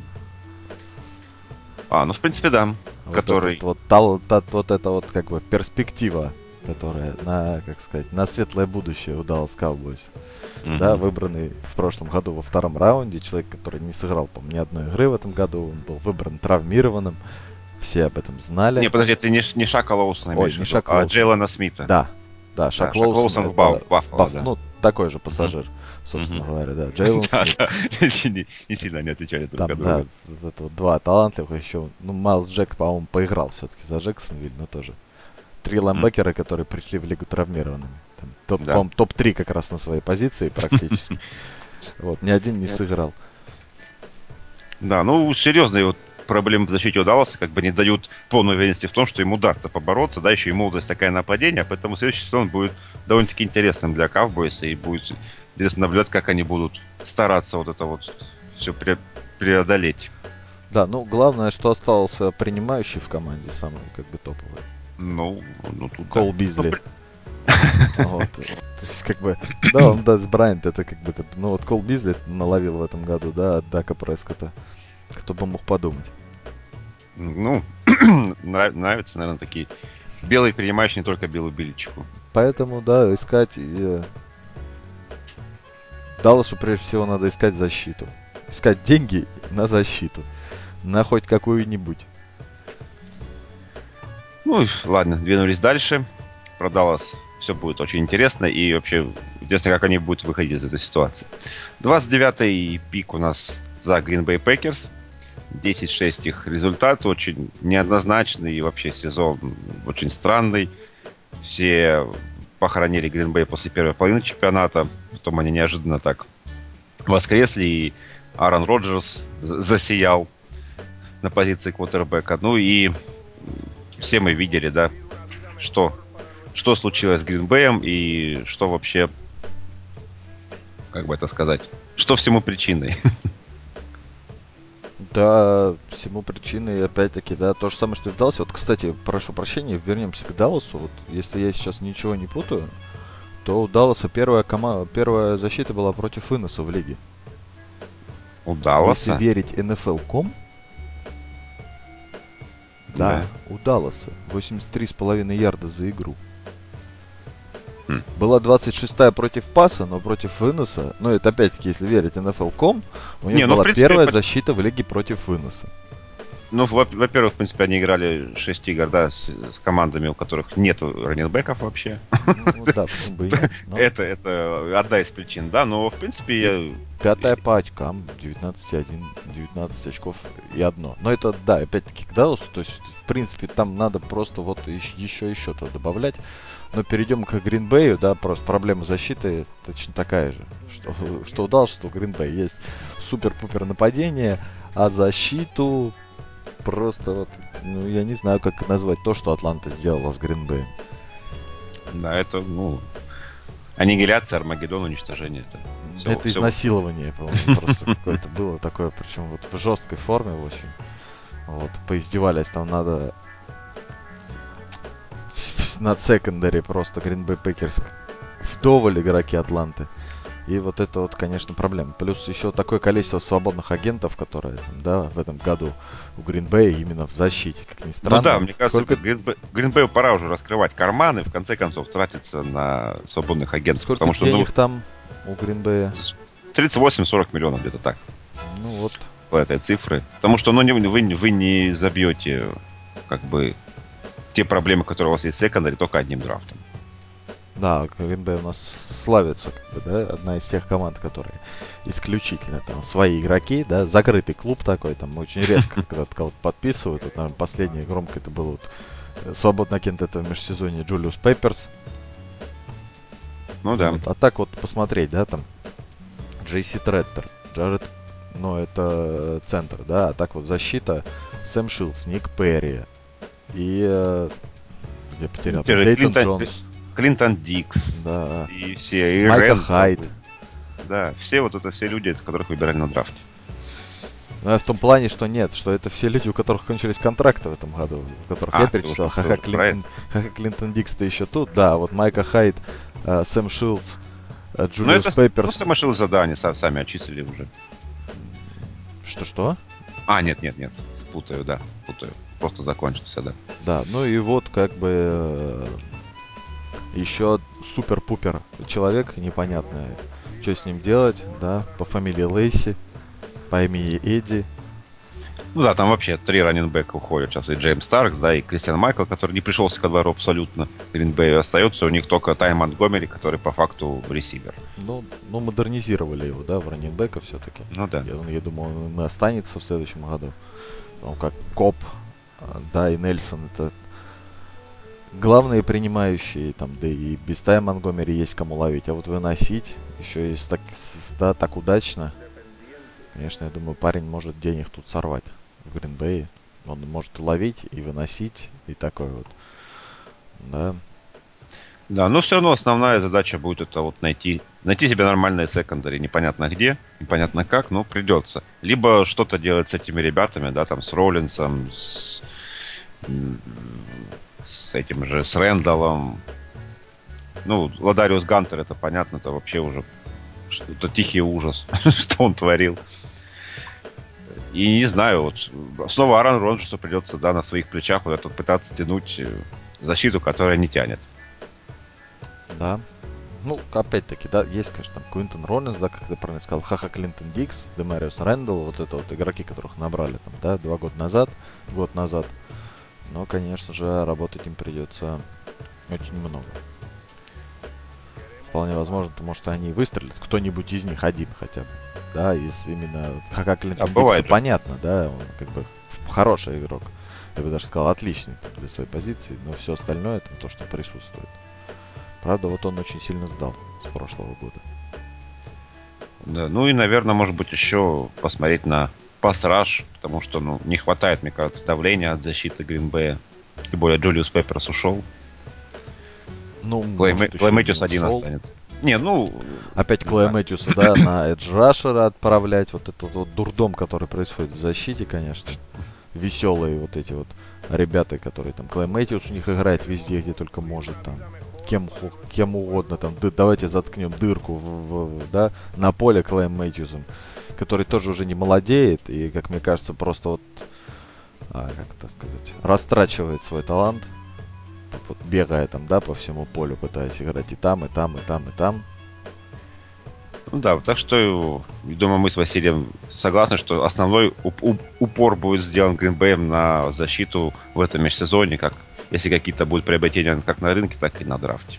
В принципе, да.
Вот
который...
эта как бы перспектива, которая на светлое будущее у Dallas Cowboys. Mm-hmm. Да, выбранный в прошлом году во втором раунде. Человек, который не сыграл, по-моему, ни одной игры в этом году. Он был выбран травмированным. Все об этом знали.
Не, подожди, ты не Шака Лоусона имеешь в виду, а Джейлона Смита.
Да, Шак Лоусон
в Баффало,
такой же пассажир, собственно говоря, да. Джейлон Смит.
Не сильно не отличались друг от
друга. Да, это два талантливых еще. Майлз Джек, по-моему, поиграл все-таки за Джексонвиль, но тоже. 3 лайнбекера, которые пришли в лигу травмированными. Топ-3 как раз на своей позиции практически. Вот, ни один не сыграл.
Да, серьезные проблемы в защите у Далласа как бы не дают полной уверенности в том, что им удастся побороться, да, еще и молодость такая нападение, поэтому следующий сезон будет довольно-таки интересным для Cowboys, и будет интересно наблюдать, как они будут стараться это все преодолеть.
Да, главное, что остался принимающий в команде, самый как бы топовый.
Тут
Кол Бизли. То есть, как бы, да, он Дес Брайант, это как бы, Кол Бизли наловил в этом году, да, от Дака Прескотта. Кто бы мог подумать.
Нравятся, наверное, такие белые принимающие не только Биллу Беличику.
Поэтому, да, искать... Далласу, прежде всего, надо искать защиту. Искать деньги на защиту. На хоть какую-нибудь.
Ладно, двинулись дальше. Про Даллас все будет очень интересно. И вообще, интересно, как они будут выходить из этой ситуации. 29-й пик у нас за Green Bay Packers. 10-6 их результат. Очень неоднозначный. И вообще сезон очень странный. Все похоронили Green Bay после первой половины чемпионата. Потом они неожиданно так воскресли. И Аарон Роджерс засиял на позиции квотербека. И все мы видели, да, что случилось с Green Bay'ем и что вообще, как бы это сказать, что всему причиной.
Да, всему причиной, опять-таки, да, то же самое, что и в Далласе. Кстати, прошу прощения, вернемся к Далласу. Если я сейчас ничего не путаю, то у Далласа первая защита была против выноса в лиге.
У Далласа?
Если верить NFL.com, да, у Далласа 83,5 ярда за игру. Была 26-я против паса, но против выноса, это опять-таки, если верить NFL.com, у них была принципе, первая защита в лиге против выноса.
Ну, во-первых, в принципе, они играли 6 игр, да, с командами, у которых нет раннинбеков вообще.
Ну, да, почему бы и нет. Но...
Это одна из причин, да, но, в принципе, я...
Пятая по очкам, 19-1, 19 очков и одно. Но это, да, опять-таки к Далласу, то есть, в принципе, там надо просто вот еще то добавлять. Но перейдем к Гринбею, да, просто проблема защиты точно такая же. Что у Далласа, что у Гринбея есть супер-пупер нападение, а защиту просто вот, ну, я не знаю, как назвать то, что Атланта сделала с Гринбеем.
Да, это, ну, аннигиляция, Армагеддон, уничтожение.
Это изнасилование, по-моему, просто какое-то было такое, причем вот в жесткой форме очень. Вот, поиздевались, там надо над секондаре просто Green Bay Packers вдоволь игроки Атланты. И вот это вот, конечно, проблема. Плюс еще такое количество свободных агентов, которые да, в этом году у Green Bay именно в защите, как ни странно.
Ну да, мне кажется, Green Bay пора уже раскрывать карманы, в конце концов тратиться на свободных агентов.
Сколько
потому что,
денег там у Green Bay?
38-40 миллионов где-то так.
Ну вот.
По этой цифре. Потому что вы не забьете как бы те проблемы, которые у вас есть в секондаре, только одним драфтом.
Да, Green Bay у нас славится, как бы, да, одна из тех команд, которые исключительно там свои игроки, да, закрытый клуб такой, там очень редко когда-то кого-то подписывают. Вот, наверное, последнее громко это был вот свободный агент этого межсезонья Джулиус Пепперс.
Ну да.
Вот. А так вот посмотреть, да, там Джейси Треттер, Джаред, ну это центр, да, а так вот защита Сэм Шилдс, Ник Перри и я потерял, Дейтон Джонс.
Клинтон Дикс,
да.
и все, и
Майка Хайд.
Да, все вот это все люди, которых выбирали на драфте.
Ну, в том плане, что нет, что это все люди, у которых кончились контракты в этом году, которых я перечислял. Ха-ха, Клинтон Дикс-то еще тут, да, вот Майка Хайд, Сэм Шилдс, Джулиус Пепперс.
Ну, Сэма Шилдса, да, они сами отчислили уже.
Что-что?
Нет. Путаю. Просто закончился, да.
Да, ну и вот как бы еще супер-пупер человек непонятный. Что с ним делать, да, по фамилии Лейси, по имени Эдди.
Ну да, там вообще 3 раннинбека уходят сейчас. И Джеймс Старкс, да, и Кристиан Майкл, который не пришелся ко двору абсолютно. Гринбэй остается у них только Тай Монтгомери, который по факту ресивер.
Ну, модернизировали его, да, в раннинбека все-таки.
Ну да.
Я думаю, он останется в следующем году. Он как Коп, да, и Нельсон, это главные принимающие, там, да и без Тай Монтгомери есть кому ловить. А вот выносить, еще есть так удачно. Конечно, я думаю, парень может денег тут сорвать в Гринбее. Он может ловить и выносить, и такой вот. Да.
Да, но все равно основная задача будет это вот найти себе нормальное секондари. Непонятно где, непонятно как, но придется. Либо что-то делать с этими ребятами, да, там, с Роллинсом, с этим же, с Рэндаллом. Ну, Ладариус Гантер, это понятно, это вообще уже что-то тихий ужас, что он творил. И не знаю, вот снова Аарон Роджерсу придется, да, на своих плечах вот это пытаться тянуть защиту, которая не тянет.
Да. Ну, опять-таки, да, есть, конечно, там Квинтон Роллинс, да, как ты правильно сказал, Ха-Ха Клинтон Дикс, Демариус Рэндалл, вот это вот игроки, которых набрали там, да, год назад. Но, конечно же, работать им придется очень много. Вполне возможно, может, они и выстрелят, кто-нибудь из них один хотя бы. Да, из именно Ха-Ха Клинтон Дикс, понятно, да, он как бы хороший игрок. Я бы даже сказал, отличный там, для своей позиции, но все остальное, там, то, что присутствует. Правда, вот он очень сильно сдал с прошлого года.
Да, ну и, наверное, может быть, еще посмотреть на пас-раш, потому что, ну, не хватает, мне кажется, давления от защиты Гринбея. Тем более Джулиус Пепперс ушел.
Ну,
Клей Мэтьюс один останется. Не, ну...
Опять Клея Мэтьюса, да, на Эдж Рашера отправлять. Вот этот вот дурдом, который происходит в защите, конечно. Веселые вот эти вот ребята, которые там... Клей Мэтьюс у них играет везде, где только может там. Кем угодно там. Давайте заткнем дырку да, на поле Клеем Мэтьюсом. Который тоже уже не молодеет. И, как мне кажется, просто вот... как это сказать? Растрачивает свой талант. Вот бегая там, да, по всему полю, пытаясь играть и там, и там, и там, и там.
Ну да, так что, думаю, мы с Василием согласны, что основной упор будет сделан Гринбэем на защиту в этом межсезонье, как если какие-то будут приобретения как на рынке, так и на драфте.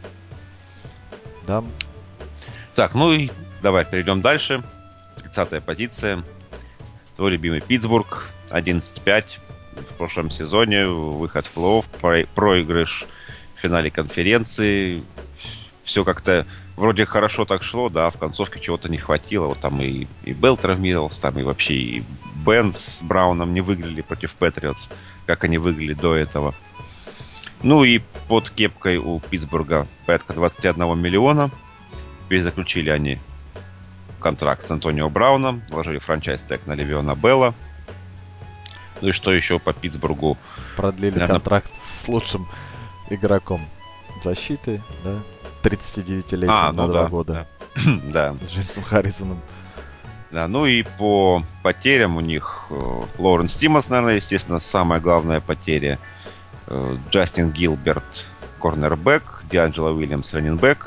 Да.
Так, ну и давай перейдем дальше. 30-я позиция. Твой любимый Питтсбург. 11-5 в прошлом сезоне. Выход в плей-офф, проигрыш в финале конференции. Все как-то вроде хорошо так шло, да, в концовке чего-то не хватило. Вот там и Белл травмировался, там и вообще и Бен с Брауном не выглядели против Патриотс, как они выглядели до этого. Ну и под кепкой у Питтсбурга порядка 21 миллиона. Перезаключили они контракт с Антонио Брауном, вложили франчайз-тег на Левиона Белла. Ну и что еще по Питтсбургу?
Продлили контракт с лучшим игроком защиты, да, 39-летним на 2 года.
Да.
С Джеймсом Харрисоном.
Да, ну и по потерям у них Лоуренс Тиммонс, наверное, естественно, самая главная потеря. Джастин Гилберт, корнербэк, Дианджело Уильямс, раннинбэк,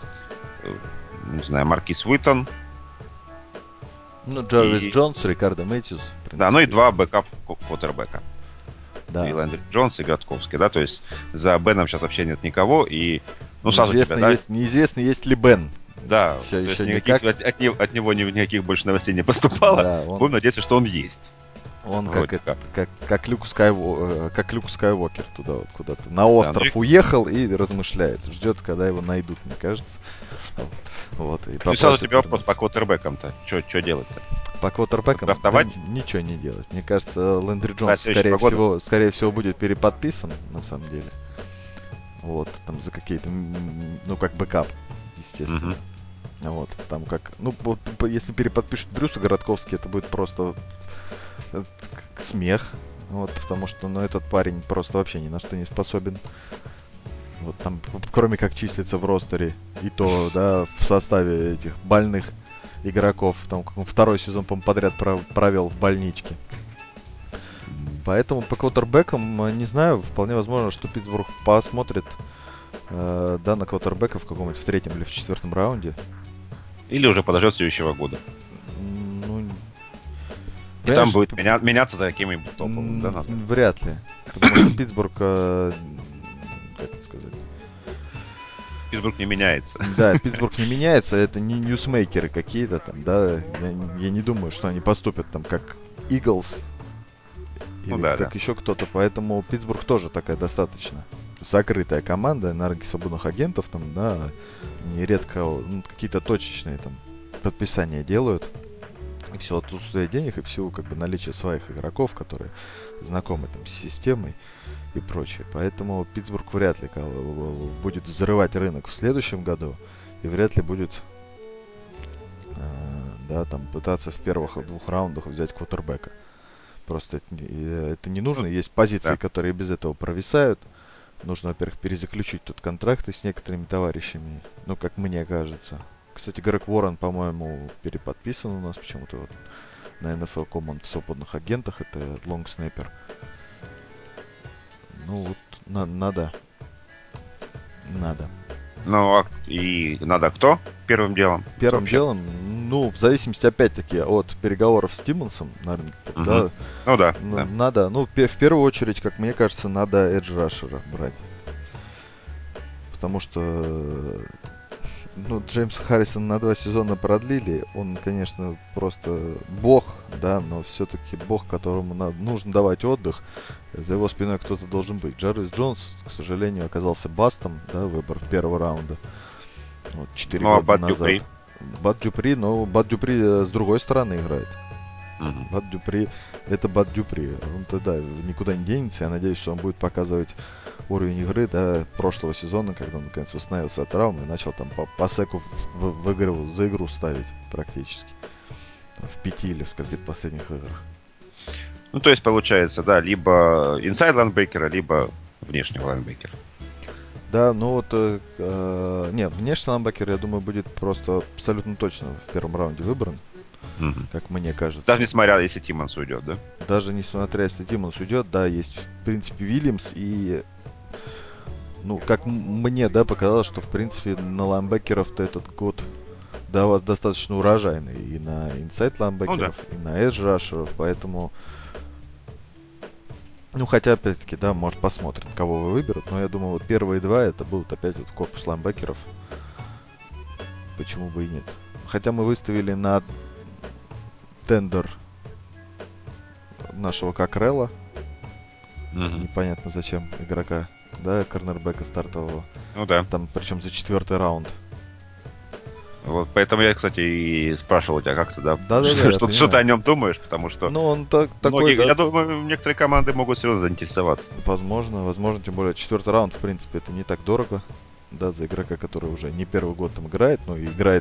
не знаю, Маркис Уитон.
Ну, Джарвис Джонс, Рикардо Мэтьюс.
Да, ну и 2 бэкап-квотербэка.
Да.
И Лэндри Джонс, и Градковский, да, то есть за Беном сейчас вообще нет никого, и, ну, сразу
неизвестно,
тебя, да?
неизвестно, есть ли Бен.
Да,
все еще
никаких,
никак.
от него никаких больше новостей не поступало.
Да,
Будем надеяться, что он есть.
Он как Люк Скайуокер туда вот куда-то на остров уехал и размышляет, ждет, когда его найдут, мне кажется. Вот, и
сразу тебе вопрос по квотербэкам-то. Что делать-то?
По квотербэкам
драфтовать?
Да, ничего не делать. Мне кажется, Лэндри Джонс, скорее всего, будет переподписан, на самом деле. Вот, там за какие-то, ну, как бэкап, естественно. Вот, потому как, ну, вот, если переподпишут Брюса Городковский, это будет просто смех. Вот, потому что, ну, этот парень просто вообще ни на что не способен. Вот там, кроме как числится в ростере, и то, да, в составе этих больных игроков. Там второй сезон, по-моему, подряд провел в больничке. Поэтому по квотербэкам, не знаю, вполне возможно, что Питтсбург посмотрит да, на квотербэка в каком-нибудь в 3-м или в 4-м раунде.
Или уже подождет следующего года.
Ну,
и там будет меняться за каким-нибудь топовым, да?
Вряд ли. Потому что Питтсбург, как это сказать...
Питтсбург не меняется.
Да, Питтсбург не меняется, это не ньюсмейкеры какие-то там, да. Я не думаю, что они поступят там как Eagles или как еще кто-то. Поэтому Питтсбург тоже такая достаточно закрытая команда на рынке свободных агентов, там, да, нередко какие-то точечные там подписания делают. И все отсутствие денег, и в силу как бы наличия своих игроков, которые знакомы там с системой и прочее. Поэтому Питтсбург вряд ли будет взрывать рынок в следующем году и вряд ли будет да, там пытаться в первых 2 раундах взять квотербека. Просто это не нужно. Есть позиции, которые без этого провисают. Нужно, во-первых, перезаключить тут контракты с некоторыми товарищами. Ну, как мне кажется. Кстати, Грег Уоррен, по-моему, переподписан у нас почему-то вот на NFL.com, он в свободных агентах. Это лонгснайпер. Ну, вот надо.
Ну, и надо кто первым делом?
Первым делом, ну, в зависимости, опять-таки, от переговоров с Тиммонсом, наверное, да.
Ну да.
Надо, ну, в первую очередь, как мне кажется, надо эдж-рашера брать. Потому что, ну, Джеймса Харрисона на 2 сезона продлили. Он, конечно, просто бог, да, но все-таки бог, которому нужно давать отдых. За его спиной кто-то должен быть. Джарвис Джонс, к сожалению, оказался бастом, да, выбор первого раунда. Вот, 4 года назад. Бад Дюпри, но Бад Дюпри с другой стороны играет. Бад Дюпри, это Бад Дюпри. Он-то, да, никуда не денется. Я надеюсь, что он будет показывать уровень игры, да, прошлого сезона, когда он, наконец, восстановился от травмы и начал там по секу за игру ставить практически. В 5 или в скольких последних играх.
Ну, то есть, получается, да, либо инсайд лайнбекера, либо внешний лайнбекер.
Да, ну вот, нет, внешний лайнбекер, я думаю, будет просто абсолютно точно в первом раунде выбран, как мне кажется.
Даже несмотря, если Тиммонс уйдет, да?
Даже несмотря, если Тиммонс уйдет, да, есть, в принципе, Вильямс и, ну, как мне, да, показалось, что, в принципе, на лайнбекеров-то этот год достаточно урожайный и на инсайд лайнбекеров, и на эдж рашеров, поэтому... Ну, хотя, опять-таки, да, может, посмотрим, кого вы выберут, но я думаю, вот первые два это будут опять вот корпус лайнбекеров. Почему бы и нет. Хотя мы выставили на тендер нашего Кокрелла. Непонятно зачем игрока, да, корнербека стартового.
Ну да.
Там, причем за 4-й раунд.
Вот поэтому я, кстати, и спрашивал у тебя как-то, да?
Да,
Что ты о нем думаешь, потому что...
Ну, он такой, да.
Я думаю, некоторые команды могут серьезно заинтересоваться.
Возможно, тем более 4-й раунд, в принципе, это не так дорого. Да, за игрока, который уже не первый год там играет, но и играет...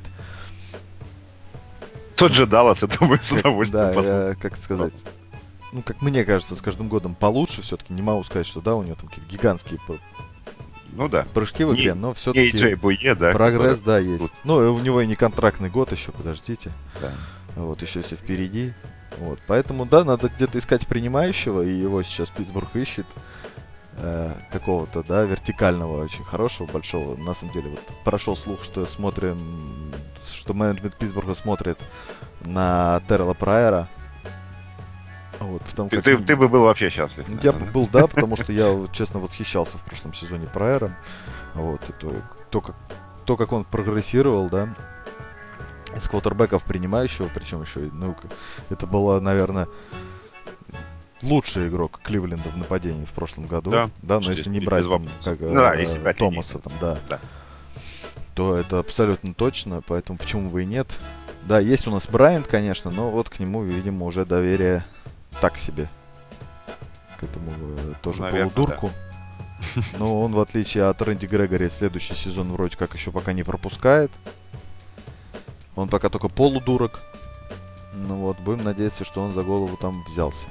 Тот же Даллас, я думаю, с удовольствием
посмотрим. Да, как сказать... Ну, как мне кажется, с каждым годом получше все-таки. Не могу сказать, что да, у него там какие-то гигантские прыжки в игре, но все-таки
да,
прогресс, да, есть. Ну, и у него и не контрактный год еще, подождите.
Да.
Вот, еще все впереди. Вот, поэтому, да, надо где-то искать принимающего, и его сейчас Питтсбург ищет. Какого-то, да, вертикального, очень хорошего, большого. На самом деле, вот прошел слух, что менеджмент Питтсбурга смотрит на Террелла Прайера. Вот, потому
ты бы был вообще счастлив.
Я бы был, да, потому что я, честно, восхищался в прошлом сезоне Прайером. Вот, то, как он прогрессировал, да, из квотербеков принимающего, причем еще, ну, это было, наверное, лучший игрок Кливленда в нападении в прошлом году. Да, но если не брать там,
если брать
Томаса, там, да, то это абсолютно точно, поэтому почему бы и нет. Да, есть у нас Брайант, конечно, но вот к нему, видимо, уже доверие так себе. К этому тоже полудурку. Да. Но он, в отличие от Рэнди Грегори, следующий сезон вроде как еще пока не пропускает. Он пока только полудурок. Ну вот, будем надеяться, что он за голову там взялся.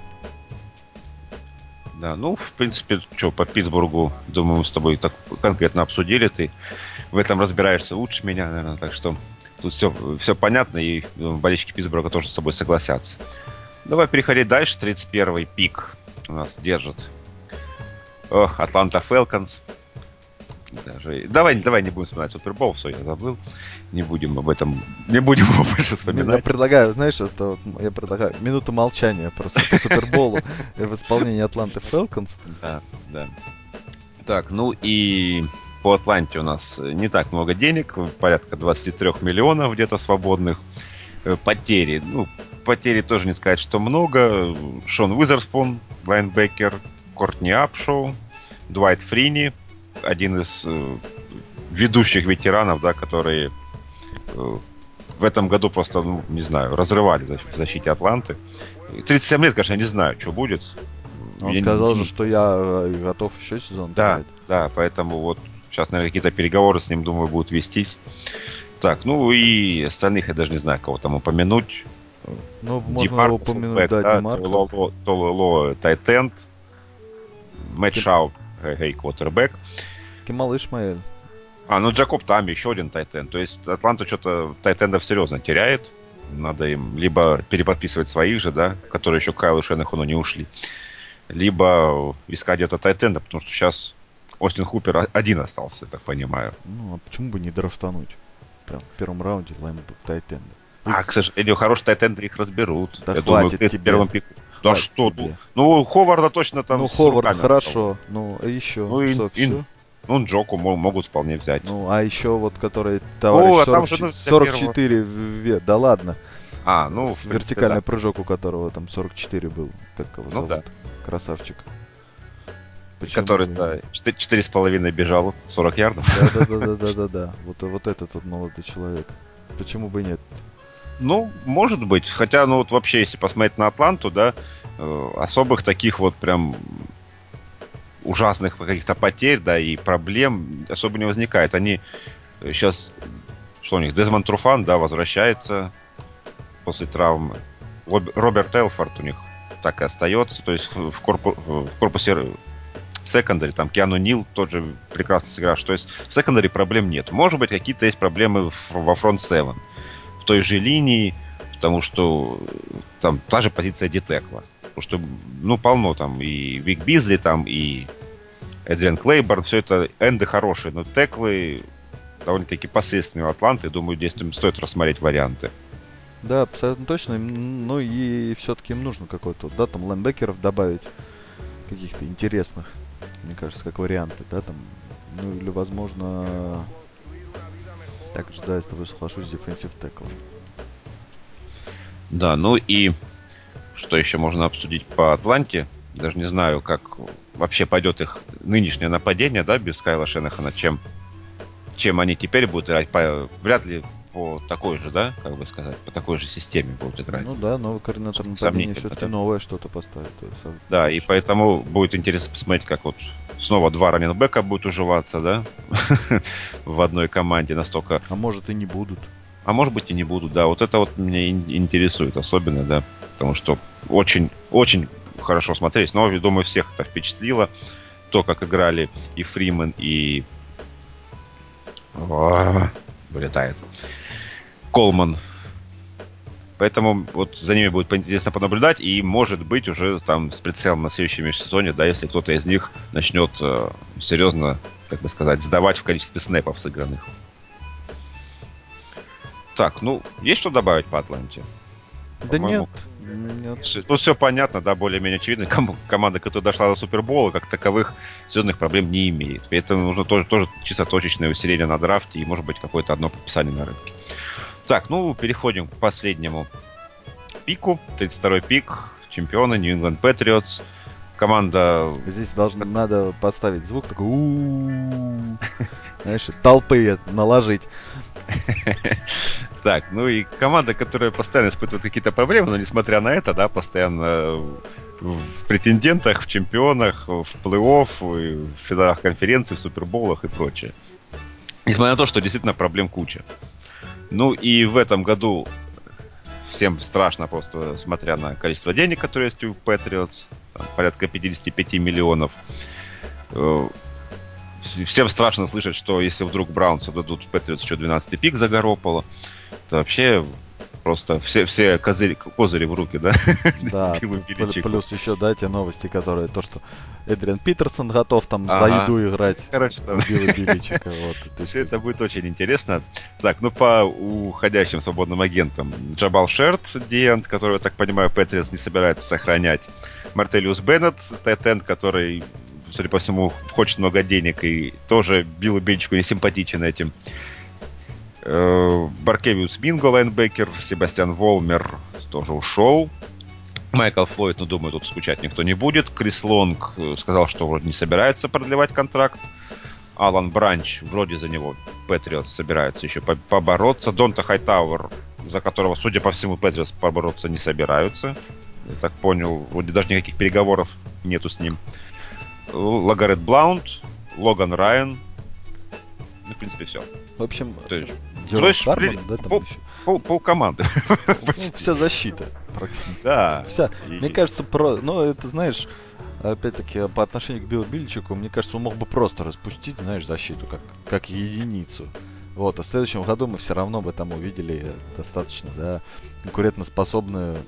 Да, ну, в принципе, что, по Питтсбургу, думаю, мы с тобой так конкретно обсудили. Ты в этом разбираешься лучше меня, наверное, так что тут все понятно, и болельщики Питтсбурга тоже с тобой согласятся. Давай переходить дальше. 31-й пик у нас держит Атланта Фэлконс. Давай не будем вспоминать Супербол, все, я забыл. Не будем его больше вспоминать.
Я предлагаю, знаешь, я предлагаю минуту молчания просто по Суперболу в исполнении Атланты Фэлконс.
Да. Так, ну и по Атланте у нас не так много денег, порядка 23 миллионов где-то свободных. Потери тоже не сказать, что много. Шон Уизерспун, лайнбекер, Кортни Апшоу, Дуайт Фрини, один из ведущих ветеранов, да, которые в этом году просто, не знаю, разрывали в защите Атланты. 37 лет, конечно, я не знаю, что будет.
Он сказал же, что я готов еще сезон играть.
Да, поэтому вот сейчас, наверное, какие-то переговоры с ним, думаю, будут вестись. Так, ну и остальных я даже не знаю, кого там упомянуть.
Ну, можно упомянуть, да, Димарко.
Тололо Тайтенд, Мэтт Шау, квотербек.
Кемал Ишмаэль.
Джакоб там еще один тайтенд. То есть Атланта что-то тайтендов серьезно теряет. Надо им либо переподписывать своих же, да, которые еще к Кайлу Шенахуну не ушли, либо искать где-то тайтенда, потому что сейчас Остин Хупер один остался, я так понимаю.
Ну, а почему бы не драфтануть? Прям в первом раунде лайнбэк тайтенда.
К сожалению, хорошие тайтенды их разберут.
Да
я
хватит
думаю,
тебе.
В первом пику. Да
хватит
что
тебе.
тут? Ну, Ховарда точно там
Ну,
с
Ховард
руками
хорошо. Ну, а еще? Все?
Джоку могут вполне взять.
Ну, а еще вот, который товарищ 44 да ладно.
В принципе,
вертикальный прыжок, у которого там 44 был. Как его зовут?
Да.
Красавчик.
Который за 4,5 бежал 40 ярдов.
Да. Вот этот вот молодой человек. Почему бы и нет?
Ну, может быть. Хотя, вот вообще, если посмотреть на Атланту, да, особых таких вот прям ужасных каких-то потерь, да, и проблем особо не возникает. Они сейчас, что у них, Дезмонд Труфан, да, возвращается после травмы. Роберт Элфорд у них так и остается. То есть в корпусе секондаре, там Киану Нил тот же прекрасно сыграл. То есть в секондаре проблем нет. Может быть, какие-то есть проблемы во фронт-севен. В той же линии, потому что там та же позиция дитекла. Потому что, полно там и Вик Бизли, там и Эдриан Клейборн, все это энды хорошие, но теклы довольно-таки посредственный у Атланты. Думаю, здесь стоит рассмотреть варианты.
Да, абсолютно точно. Ну и все-таки им нужно какой-то, да, там лайнбекеров добавить, каких-то интересных, мне кажется, как варианты, да, там, ну или, возможно, также, да, я с тобой соглашусь, дефенсив теклом.
Да, ну и что еще можно обсудить по Атланте? Даже не знаю, как вообще пойдет их нынешнее нападение, да, без Кайла Шенахана, чем они теперь будут играть. Вряд ли по такой же, да, как бы сказать, по такой же системе будут играть.
Ну да, новый координатор нападения все-таки
да?
новое что-то поставит.
Да, и поэтому будет интересно посмотреть, как вот снова два раннинбека будут уживаться, да, в одной команде настолько.
А может и не будут.
А может быть и не будут, да. Вот это вот меня интересует особенно, да. Потому что очень, очень хорошо смотрелись. Но, я думаю, всех это впечатлило. То, как играли и Фримен, и... вылетает. Колман. Поэтому вот за ними будет интересно понаблюдать. И, может быть, уже там с прицелом на следующем межсезонье, да, если кто-то из них начнет серьезно, как бы сказать, сдавать в количестве снэпов сыгранных. Так, ну, есть что добавить по Атланте?
Да нет.
Тут все понятно, да, более-менее очевидно. Команда, которая дошла до Супербола, как таковых серьезных проблем не имеет. Поэтому нужно тоже чисто точечное усиление на драфте и, может быть, какое-то одно подписание на рынке. Так, ну, переходим к последнему пику. 32-й пик. Чемпионы New England Patriots. Команда...
Здесь надо поставить звук такой, знаешь, толпы наложить.
Так, ну и команда, которая постоянно испытывает какие-то проблемы, но несмотря на это, да, постоянно в претендентах, в чемпионах, в плей-офф, в финалах конференций, в суперболах и прочее. Несмотря на то, что действительно проблем куча. Ну и в этом году всем страшно просто, смотря на количество денег, которые есть у Patriots, там, порядка 55 миллионов. Всем страшно слышать, что если вдруг Браунс отдадут Patriots еще 12-й пик за Гарополо, то вообще просто все козыри в руки, да?
Да, плюс еще, да, те новости, которые то, что Эдриан Питерсон готов там за еду играть.
Короче, там
Билла Беличика. Вот,
все это будет очень интересно. Так, ну по уходящим свободным агентам. Джабал Шерт, Диент, который, я так понимаю, Патриотс не собирается сохранять. Мартелиус Беннет, Тайтенд, который, судя по всему, хочет много денег и тоже Биллу Беличику не симпатичен этим. Баркевиус Минго, лайнбекер, Себастьян Волмер тоже ушел. Майкл Флойд, ну, думаю, тут скучать никто не будет. Крис Лонг сказал, что вроде не собирается продлевать контракт. Алан Бранч, вроде за него Патриотс собирается еще побороться. Донта Хайтауэр, за которого, судя по всему, Патриотс побороться не собираются. Я так понял, вроде даже никаких переговоров нету с ним. Лагарет Блаунд, Логан Райан. Ну, в принципе, все.
В общем,
Хармон, да, там пол команды.
Ну, вся защита.
Да.
Вся. Мне кажется, ну, это, знаешь, опять-таки, по отношению к Биллу Бельчику, мне кажется, он мог бы просто распустить, знаешь, защиту, как единицу. Вот, а в следующем году мы все равно бы там увидели достаточно, да, конкурентоспособную.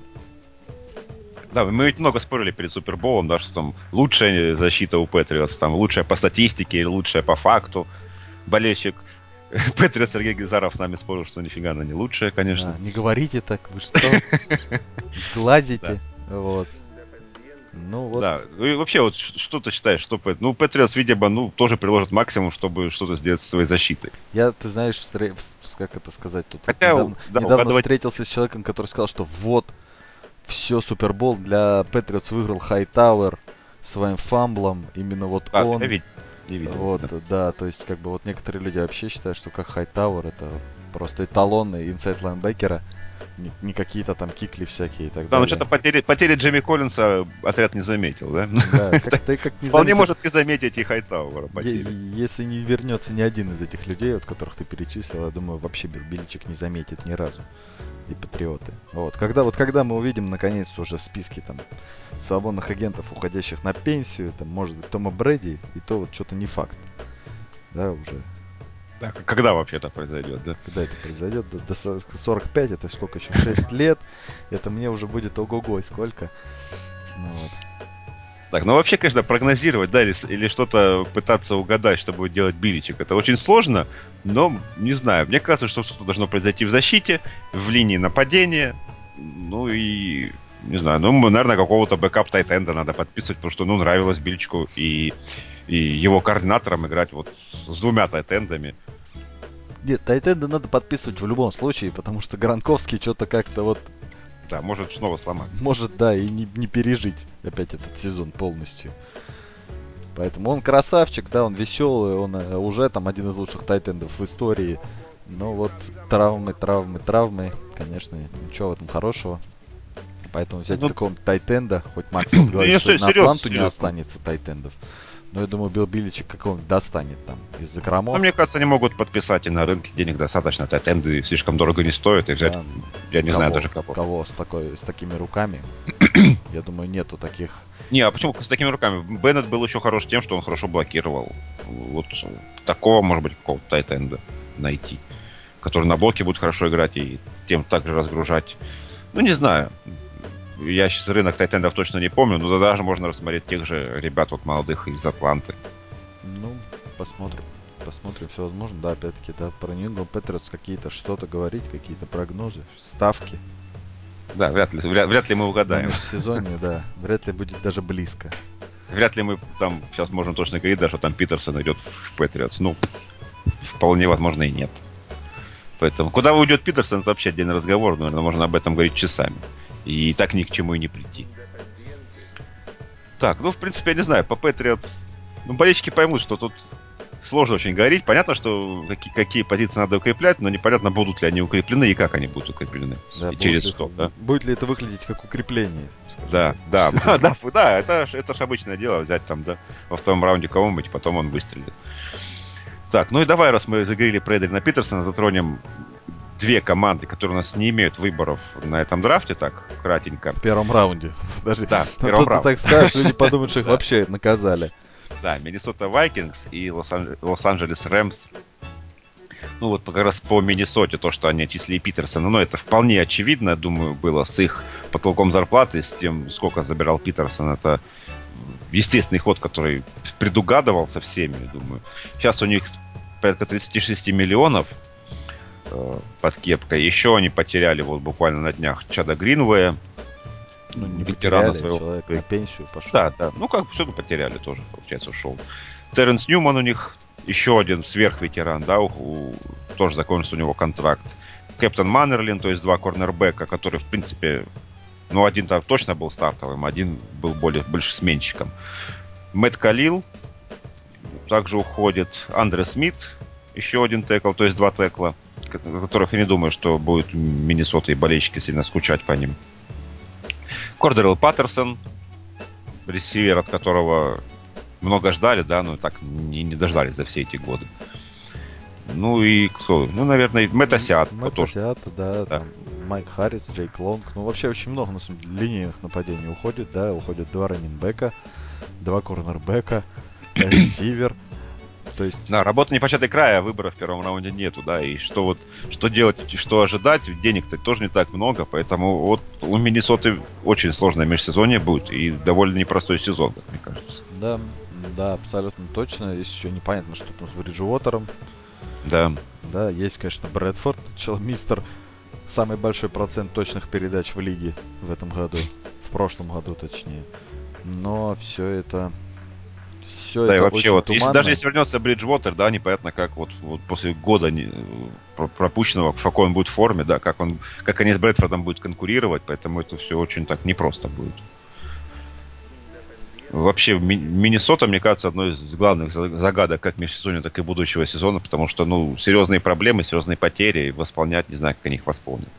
Да, мы ведь много спорили перед Суперболом, да, что там лучшая защита у Патриотс, там лучшая по статистике или лучшая по факту. Болельщик Патриотс Сергей Гизаров с нами спорил, что нифига она не лучшая, конечно.
Да, не говорите так, вы что? Сглазите. Вот. Ну вот.
Да, и вообще, вот что ты считаешь, что ну, Патриотс, видимо, ну, тоже приложит максимум, чтобы что-то сделать со своей защитой.
Ты знаешь, как это сказать, тут
хотя,
вот недавно встретился с человеком, который сказал, что вот, все, Супербол для Патриотс выиграл Хайтауэр своим фамблом, именно вот он.
Я видел.
Вот, да, то есть, как бы, вот некоторые люди вообще считают, что как Хайтауэр это просто эталонный инсайд лайнбекера, не какие-то там кикли всякие и так далее.
Да, ну что-то потери Джимми Коллинса отряд не заметил, да?
Да, как не
вполне может не заметить и Хайтауэра потери.
Если не вернется ни один из этих людей, вот, которых ты перечислил, я думаю, вообще Беличик не заметит ни разу. И Патриоты. Вот, когда мы увидим, наконец-то, уже в списке там свободных агентов, уходящих на пенсию, там, может быть, Тома Брэди, и то вот что-то не факт. Да, уже.
Да, когда вообще это произойдет, да?
Когда это произойдет? До 45, это сколько еще? 6 лет. Это мне уже будет ого-го, сколько. Ну, вот.
Так, ну вообще, конечно, прогнозировать, да, или что-то пытаться угадать, что будет делать Биличек, это очень сложно, но, не знаю, мне кажется, что что-то должно произойти в защите, в линии нападения, ну и, не знаю, ну, наверное, какого-то бэкап-тайтенда надо подписывать, потому что, ну, нравилось Биличку и его координаторам играть вот с двумя тайтендами.
Нет, тайтенда надо подписывать в любом случае, потому что Гранковский что-то как-то вот...
Да, может снова сломать.
Может, да, и не пережить опять этот сезон полностью. Поэтому он красавчик, да, он веселый, он уже там один из лучших тайтендов в истории. Но вот травмы, конечно, ничего в этом хорошего. Поэтому взять какого-нибудь тайтенда, хоть Макс вот говорит, что на Атланту не останется тайтендов. Но я думаю, Билл Биличек какого-нибудь достанет там из закромов.
Ну, мне кажется, они могут подписать и на рынке денег достаточно. Тайтенды слишком дорого не стоят. И взять, да, я не знаю даже кого.
Кого с такими руками? Я думаю, нету таких.
Не, а почему с такими руками? Беннет был еще хорош тем, что он хорошо блокировал. Вот такого, может быть, какого-то тайтенда найти. Который на блоке будет хорошо играть и тем также разгружать. Ну, не знаю. Я сейчас рынок тайтендов точно не помню, но даже можно рассмотреть тех же ребят вот молодых из Атланты.
Ну, посмотрим. Посмотрим, все возможно. Да, опять-таки, да, про New England Patriots какие-то что-то говорить, какие-то прогнозы, ставки.
Да, вряд ли мы угадаем.
В межсезонье, да, вряд ли будет даже близко.
Вряд ли мы там сейчас можем точно говорить, да, что там Питерсон идет в Patriots. Ну, вполне возможно и нет. Поэтому, куда уйдет Питерсон, это вообще отдельный разговор. Наверное, можно об этом говорить часами. И так ни к чему и не прийти. Так, ну, в принципе, я не знаю, по Patriots... Ну, болельщики поймут, что тут сложно очень говорить. Понятно, что какие позиции надо укреплять, но непонятно, будут ли они укреплены и как они будут укреплены.
Да,
и через что, да?
Будет ли это выглядеть как укрепление?
Да, это ж обычное дело, взять там, да, во втором раунде кого-нибудь, потом он выстрелит. Так, ну и давай, раз мы заговорили про Эдрина Питерсона, затронем две команды, которые у нас не имеют выборов на этом драфте, так, кратенько.
В первом раунде. Даже
да, в первом раунде.
Ты так скажешь, люди подумают, что их вообще наказали.
Да, Миннесота Вайкингс и Лос-Анджелес Рэмс. Ну вот как раз по Миннесоте, то, что они отчислили Питерсона, ну это вполне очевидно, думаю, было с их потолком зарплаты, с тем, сколько забирал Питерсон. Это естественный ход, который предугадывался всеми, думаю. Сейчас у них порядка 36 миллионов под кепкой. Еще они потеряли вот буквально на днях Чада Гринвея.
Ну, не
ветерана
потеряли,
своего.
Человек на пенсию пошел.
Да. Ну, как все потеряли тоже, получается, ушел. Терренс Ньюман у них еще один сверхветеран, да, тоже закончился у него контракт. Кэптон Маннерлин, то есть два корнербека, которые, в принципе, ну, один там точно был стартовым, один был больше сменщиком. Мэтт Калил также уходит. Андре Смит, еще один текл, то есть два текла, которых я не думаю, что будет Миннесота и болельщики сильно скучать по ним. Кордерелл Паттерсон, ресивер, от которого много ждали, да, но так не дождались за все эти годы. Ну и кто? Ну, наверное, Мэтт Асиат.
Мэтт Асиат, да. Там Майк Харрис, Джейк Лонг. Ну, вообще очень много, на самом деле, линейных нападений уходит, да. Уходят два раннинбека, два корнербека, ресивер. То есть...
Да, работа непочатый край, а выбора в первом раунде нету, да, и что делать, что ожидать, денег-то тоже не так много, поэтому вот у Миннесоты очень сложное межсезонье будет и довольно непростой сезон, как мне кажется.
Да, абсолютно точно. Есть еще непонятно, что там с Бриджуотером.
Да.
Да, есть, конечно, Брэдфорд, мистер, самый большой процент точных передач в лиге в этом году, в прошлом году точнее. Но все это...
Да, и вообще, вот, даже если вернется Бриджвотер, да, непонятно, как вот после года пропущенного, в какой он будет в форме, да, как они с Брэдфордом будут конкурировать, поэтому это все очень так непросто будет. Вообще, Миннесота, мне кажется, одной из главных загадок как межсезонья, так и будущего сезона, потому что, ну, серьезные проблемы, серьезные потери, и восполнять, не знаю, как они их восполнят.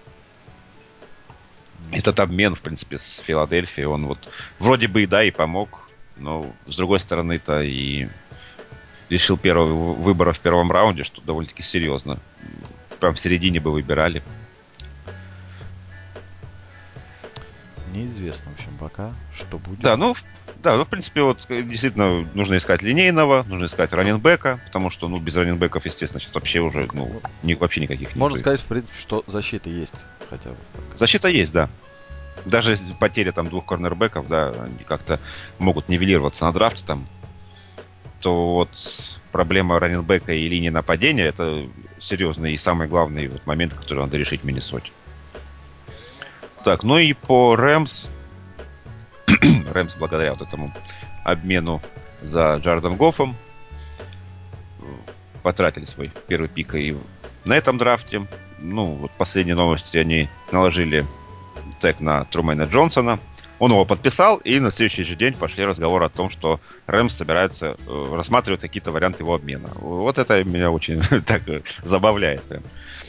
Этот обмен, в принципе, с Филадельфией, он вот вроде бы и да, и помог, но, с другой стороны-то, и лишил первого выбора в первом раунде, что довольно-таки серьезно. Прям в середине бы выбирали.
Неизвестно, в общем, пока, что будет.
Да, в принципе, вот действительно нужно искать линейного, нужно искать раннинбека, потому что, ну, без раннинбеков, естественно, сейчас вообще уже, вообще никаких нет.
Можно сказать, в принципе, что защита есть, хотя бы.
Защита есть, да. Даже потеря там 2 корнербеков, да, они как-то могут нивелироваться на драфте там, то вот проблема раннинбека и линии нападения — это серьезный и самый главный вот момент, который надо решить в Миннесоте. Так, ну и по Рэмс. Рэмс благодаря вот этому обмену за Джаредом Гоффом потратили свой первый пик и на этом драфте. Ну, вот последние новости, они наложили тег на Трумэна Джонсона. Он его подписал, и на следующий же день пошли разговоры о том, что Рэмс собираются рассматривать какие-то варианты его обмена. Вот это меня очень так забавляет. Прям.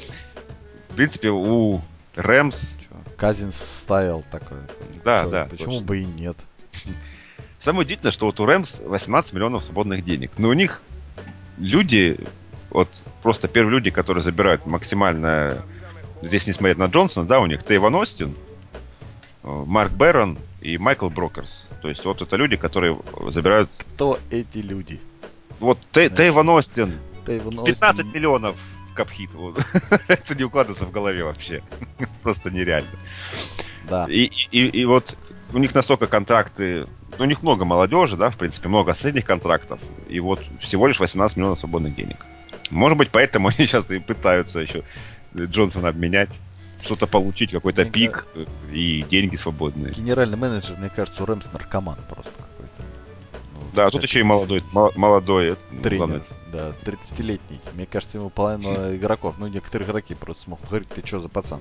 В принципе, у Рэмс...
Казинс стайл такой.
Да,
Что,
да.
почему
точно.
бы и нет?
Самое удивительное, что вот у Рэмс 18 миллионов свободных денег. Но у них люди, вот просто первые люди, которые забирают максимально, здесь не смотреть на Джонсона, да, у них Тейвон Остин, Марк Бэрон и Майкл Брокерс. То есть вот это люди, которые забирают...
Кто эти люди?
Вот Тейвон Остин,
Тейвон
15
Остин.
миллионов в капхит. Вот. Это не укладывается в голове вообще. Просто нереально.
Да.
И вот у них настолько контракты... У них много молодежи, да, в принципе, много средних контрактов. И вот всего лишь 18 миллионов свободных денег. Может быть, поэтому они сейчас и пытаются еще Джонсона обменять. Что-то получить, какой-то
Мне
пик и деньги свободные.
Генеральный менеджер, мне кажется, у Рэмс наркоман просто какой-то. Ну,
Да, тут еще и молодой
тренер, да, 30-летний. Мне кажется, ему половина игроков, ну, некоторые игроки просто смогут говорить, ты что за пацан?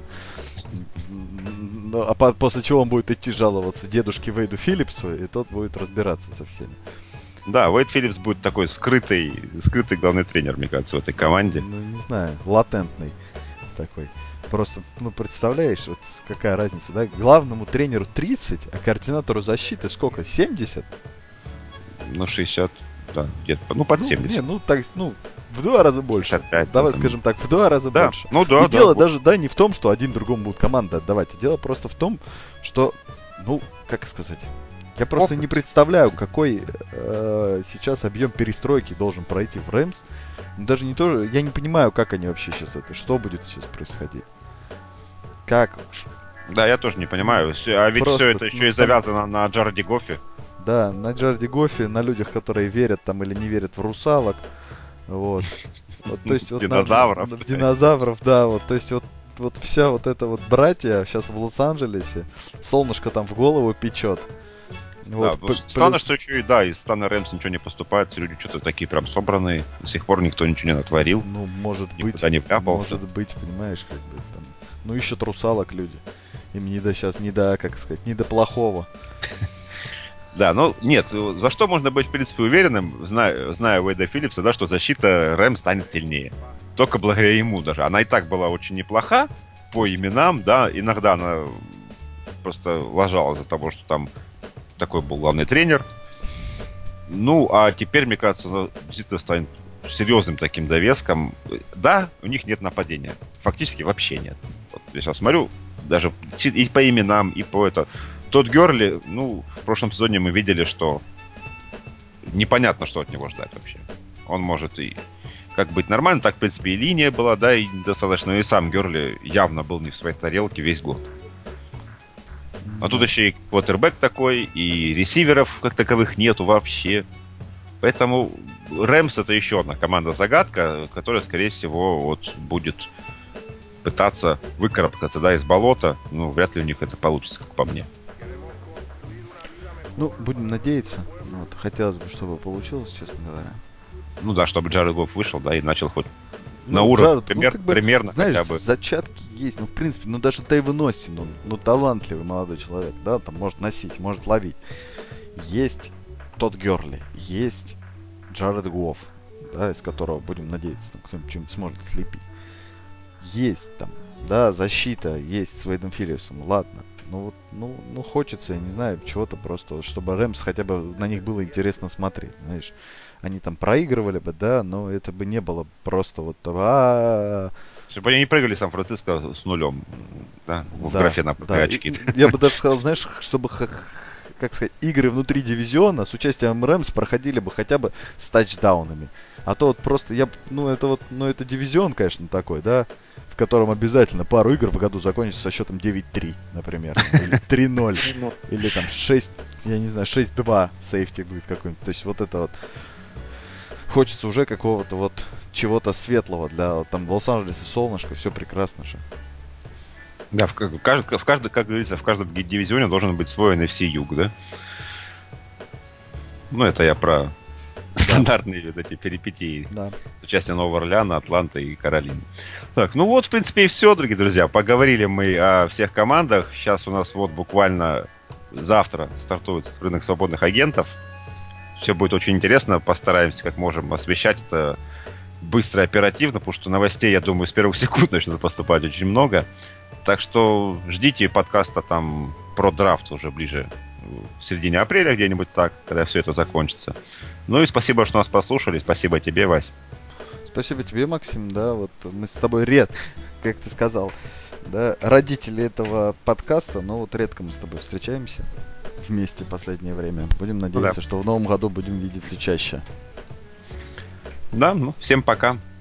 Ну, а после чего он будет идти жаловаться дедушке Вейду Филлипсу, и тот будет разбираться со всеми.
Да, Уэйд Филлипс будет такой скрытый главный тренер, мне кажется, в этой команде.
Ну, не знаю, латентный такой. Просто, ну, представляешь, вот какая разница, да? Главному тренеру 30, а координатору защиты сколько? 70?
Ну, 60, да, где-то, ну, под 70.
Не, ну, так, ну, в 2 раза больше.
65,
Давай
там.
скажем так, в 2 раза
Да,
больше.
ну да,
И
да.
дело даже, да, не в том, что один другому будет команды отдавать. А дело просто в том, что, ну, как сказать, я просто
Опыт.
не представляю, какой сейчас объем перестройки должен пройти в Рэмс. Даже не то, я не понимаю, как они вообще сейчас это, что будет сейчас происходить. Как?
Да, я тоже не понимаю. А ведь
Просто,
все это еще
ну,
и завязано на Джареде Гоффе.
Да, на Джарди Гоффе, на людях, которые верят там или не верят в русалок. Вот. Вот, то есть вот
Динозавров.
на динозавров, да, вот, то есть вот вся вот эта вот братья сейчас в Лос-Анджелесе, солнышко там в голову печет.
Да,
Вот,
странно, что еще и да, из стана Рэмс ничего не поступает, все люди что-то такие прям собранные, до сих пор никто ничего не натворил,
ну,
никуда не вляпался.
может быть, понимаешь, как бы там, ну, ищут русалок люди. Им не до сейчас, не до, как сказать, не до плохого.
Да, ну нет, за что можно быть в принципе уверенным, зная Уэйда Филлипса, да, что защита Рэм станет сильнее. Только благодаря ему даже. Она и так была очень неплоха по именам, да, иногда она просто лажала из-за того, что там такой был главный тренер. Ну, а теперь, мне кажется, она действительно станет серьезным таким довеском. Да, у них нет нападения. Фактически вообще нет. Вот я сейчас смотрю, даже и по именам, и по это. Тот Герли, ну, в прошлом сезоне мы видели, что непонятно, что от него ждать вообще. Он может и как быть нормально, так, в принципе, и линия была, да, и достаточно, и сам Герли явно был не в своей тарелке весь год. А тут еще и квотербек такой, и ресиверов как таковых нету вообще. Поэтому Рэмс — это еще одна команда-загадка, которая, скорее всего, вот будет пытаться выкарабкаться, да, из болота. Ну, вряд ли у них это получится, как по мне.
Ну, будем надеяться. Вот, хотелось бы, чтобы получилось, честно говоря.
Ну да, чтобы Джаред Гофф вышел, да, и начал хоть на
Ну,
уровне,
Джаред, ну, как бы,
примерно
знаешь,
хотя бы.
зачатки есть. Ну, в принципе, ну, даже Тейвон Остин, ну, талантливый молодой человек, да, там может носить, может ловить. Есть тот Герли, есть Джаред Гофф, да, из которого, будем надеяться, там кто-нибудь что-нибудь сможет слепить. Есть там, да, защита, есть с Вейдом Филлипсом, ладно. Ну, вот, ну, хочется, я не знаю, чего-то просто, чтобы Рэмс хотя бы на них было интересно смотреть, знаешь. Они там проигрывали бы, да, но это бы не было просто вот
Если бы они не прыгали Сан-Франциско с нулем, да, в
да,
графе на
да.
очки.
Я бы даже сказал, знаешь, чтобы как сказать, игры внутри дивизиона с участием Рэмс проходили бы хотя бы с тачдаунами. А то вот просто это дивизион, конечно, такой, да, в котором обязательно пару игр в году закончится со счетом 9-3, например, или 3-0, или там 6, я не знаю, 6-2 сейфти будет какой-нибудь. То есть вот это вот хочется уже какого-то вот чего-то светлого для там в Лос-Анджелесе солнышко, все прекрасно же.
Да, как говорится, в каждом дивизионе должен быть свой NFC Юг, да? Ну, это я про стандартные вот эти перипетии.
Да.
С участием Нового Орлеана, Атланты и Каролины. Так, ну вот, в принципе, и все, дорогие друзья. Поговорили мы о всех командах. Сейчас у нас вот буквально завтра стартует рынок свободных агентов. Все будет очень интересно. Постараемся, как можем, освещать это быстро и оперативно, потому что новостей, я думаю, с первых секунд начнут поступать очень много. Так что ждите подкаста там про драфт уже ближе в середине апреля где-нибудь так, когда все это закончится. Ну и спасибо, что нас послушали. Спасибо тебе, Вась.
Спасибо тебе, Максим. Да, вот мы с тобой как ты сказал, да, родители этого подкаста, но вот редко мы с тобой встречаемся вместе в последнее время. Будем надеяться, что в новом году будем видеться чаще.
Да, ну всем пока.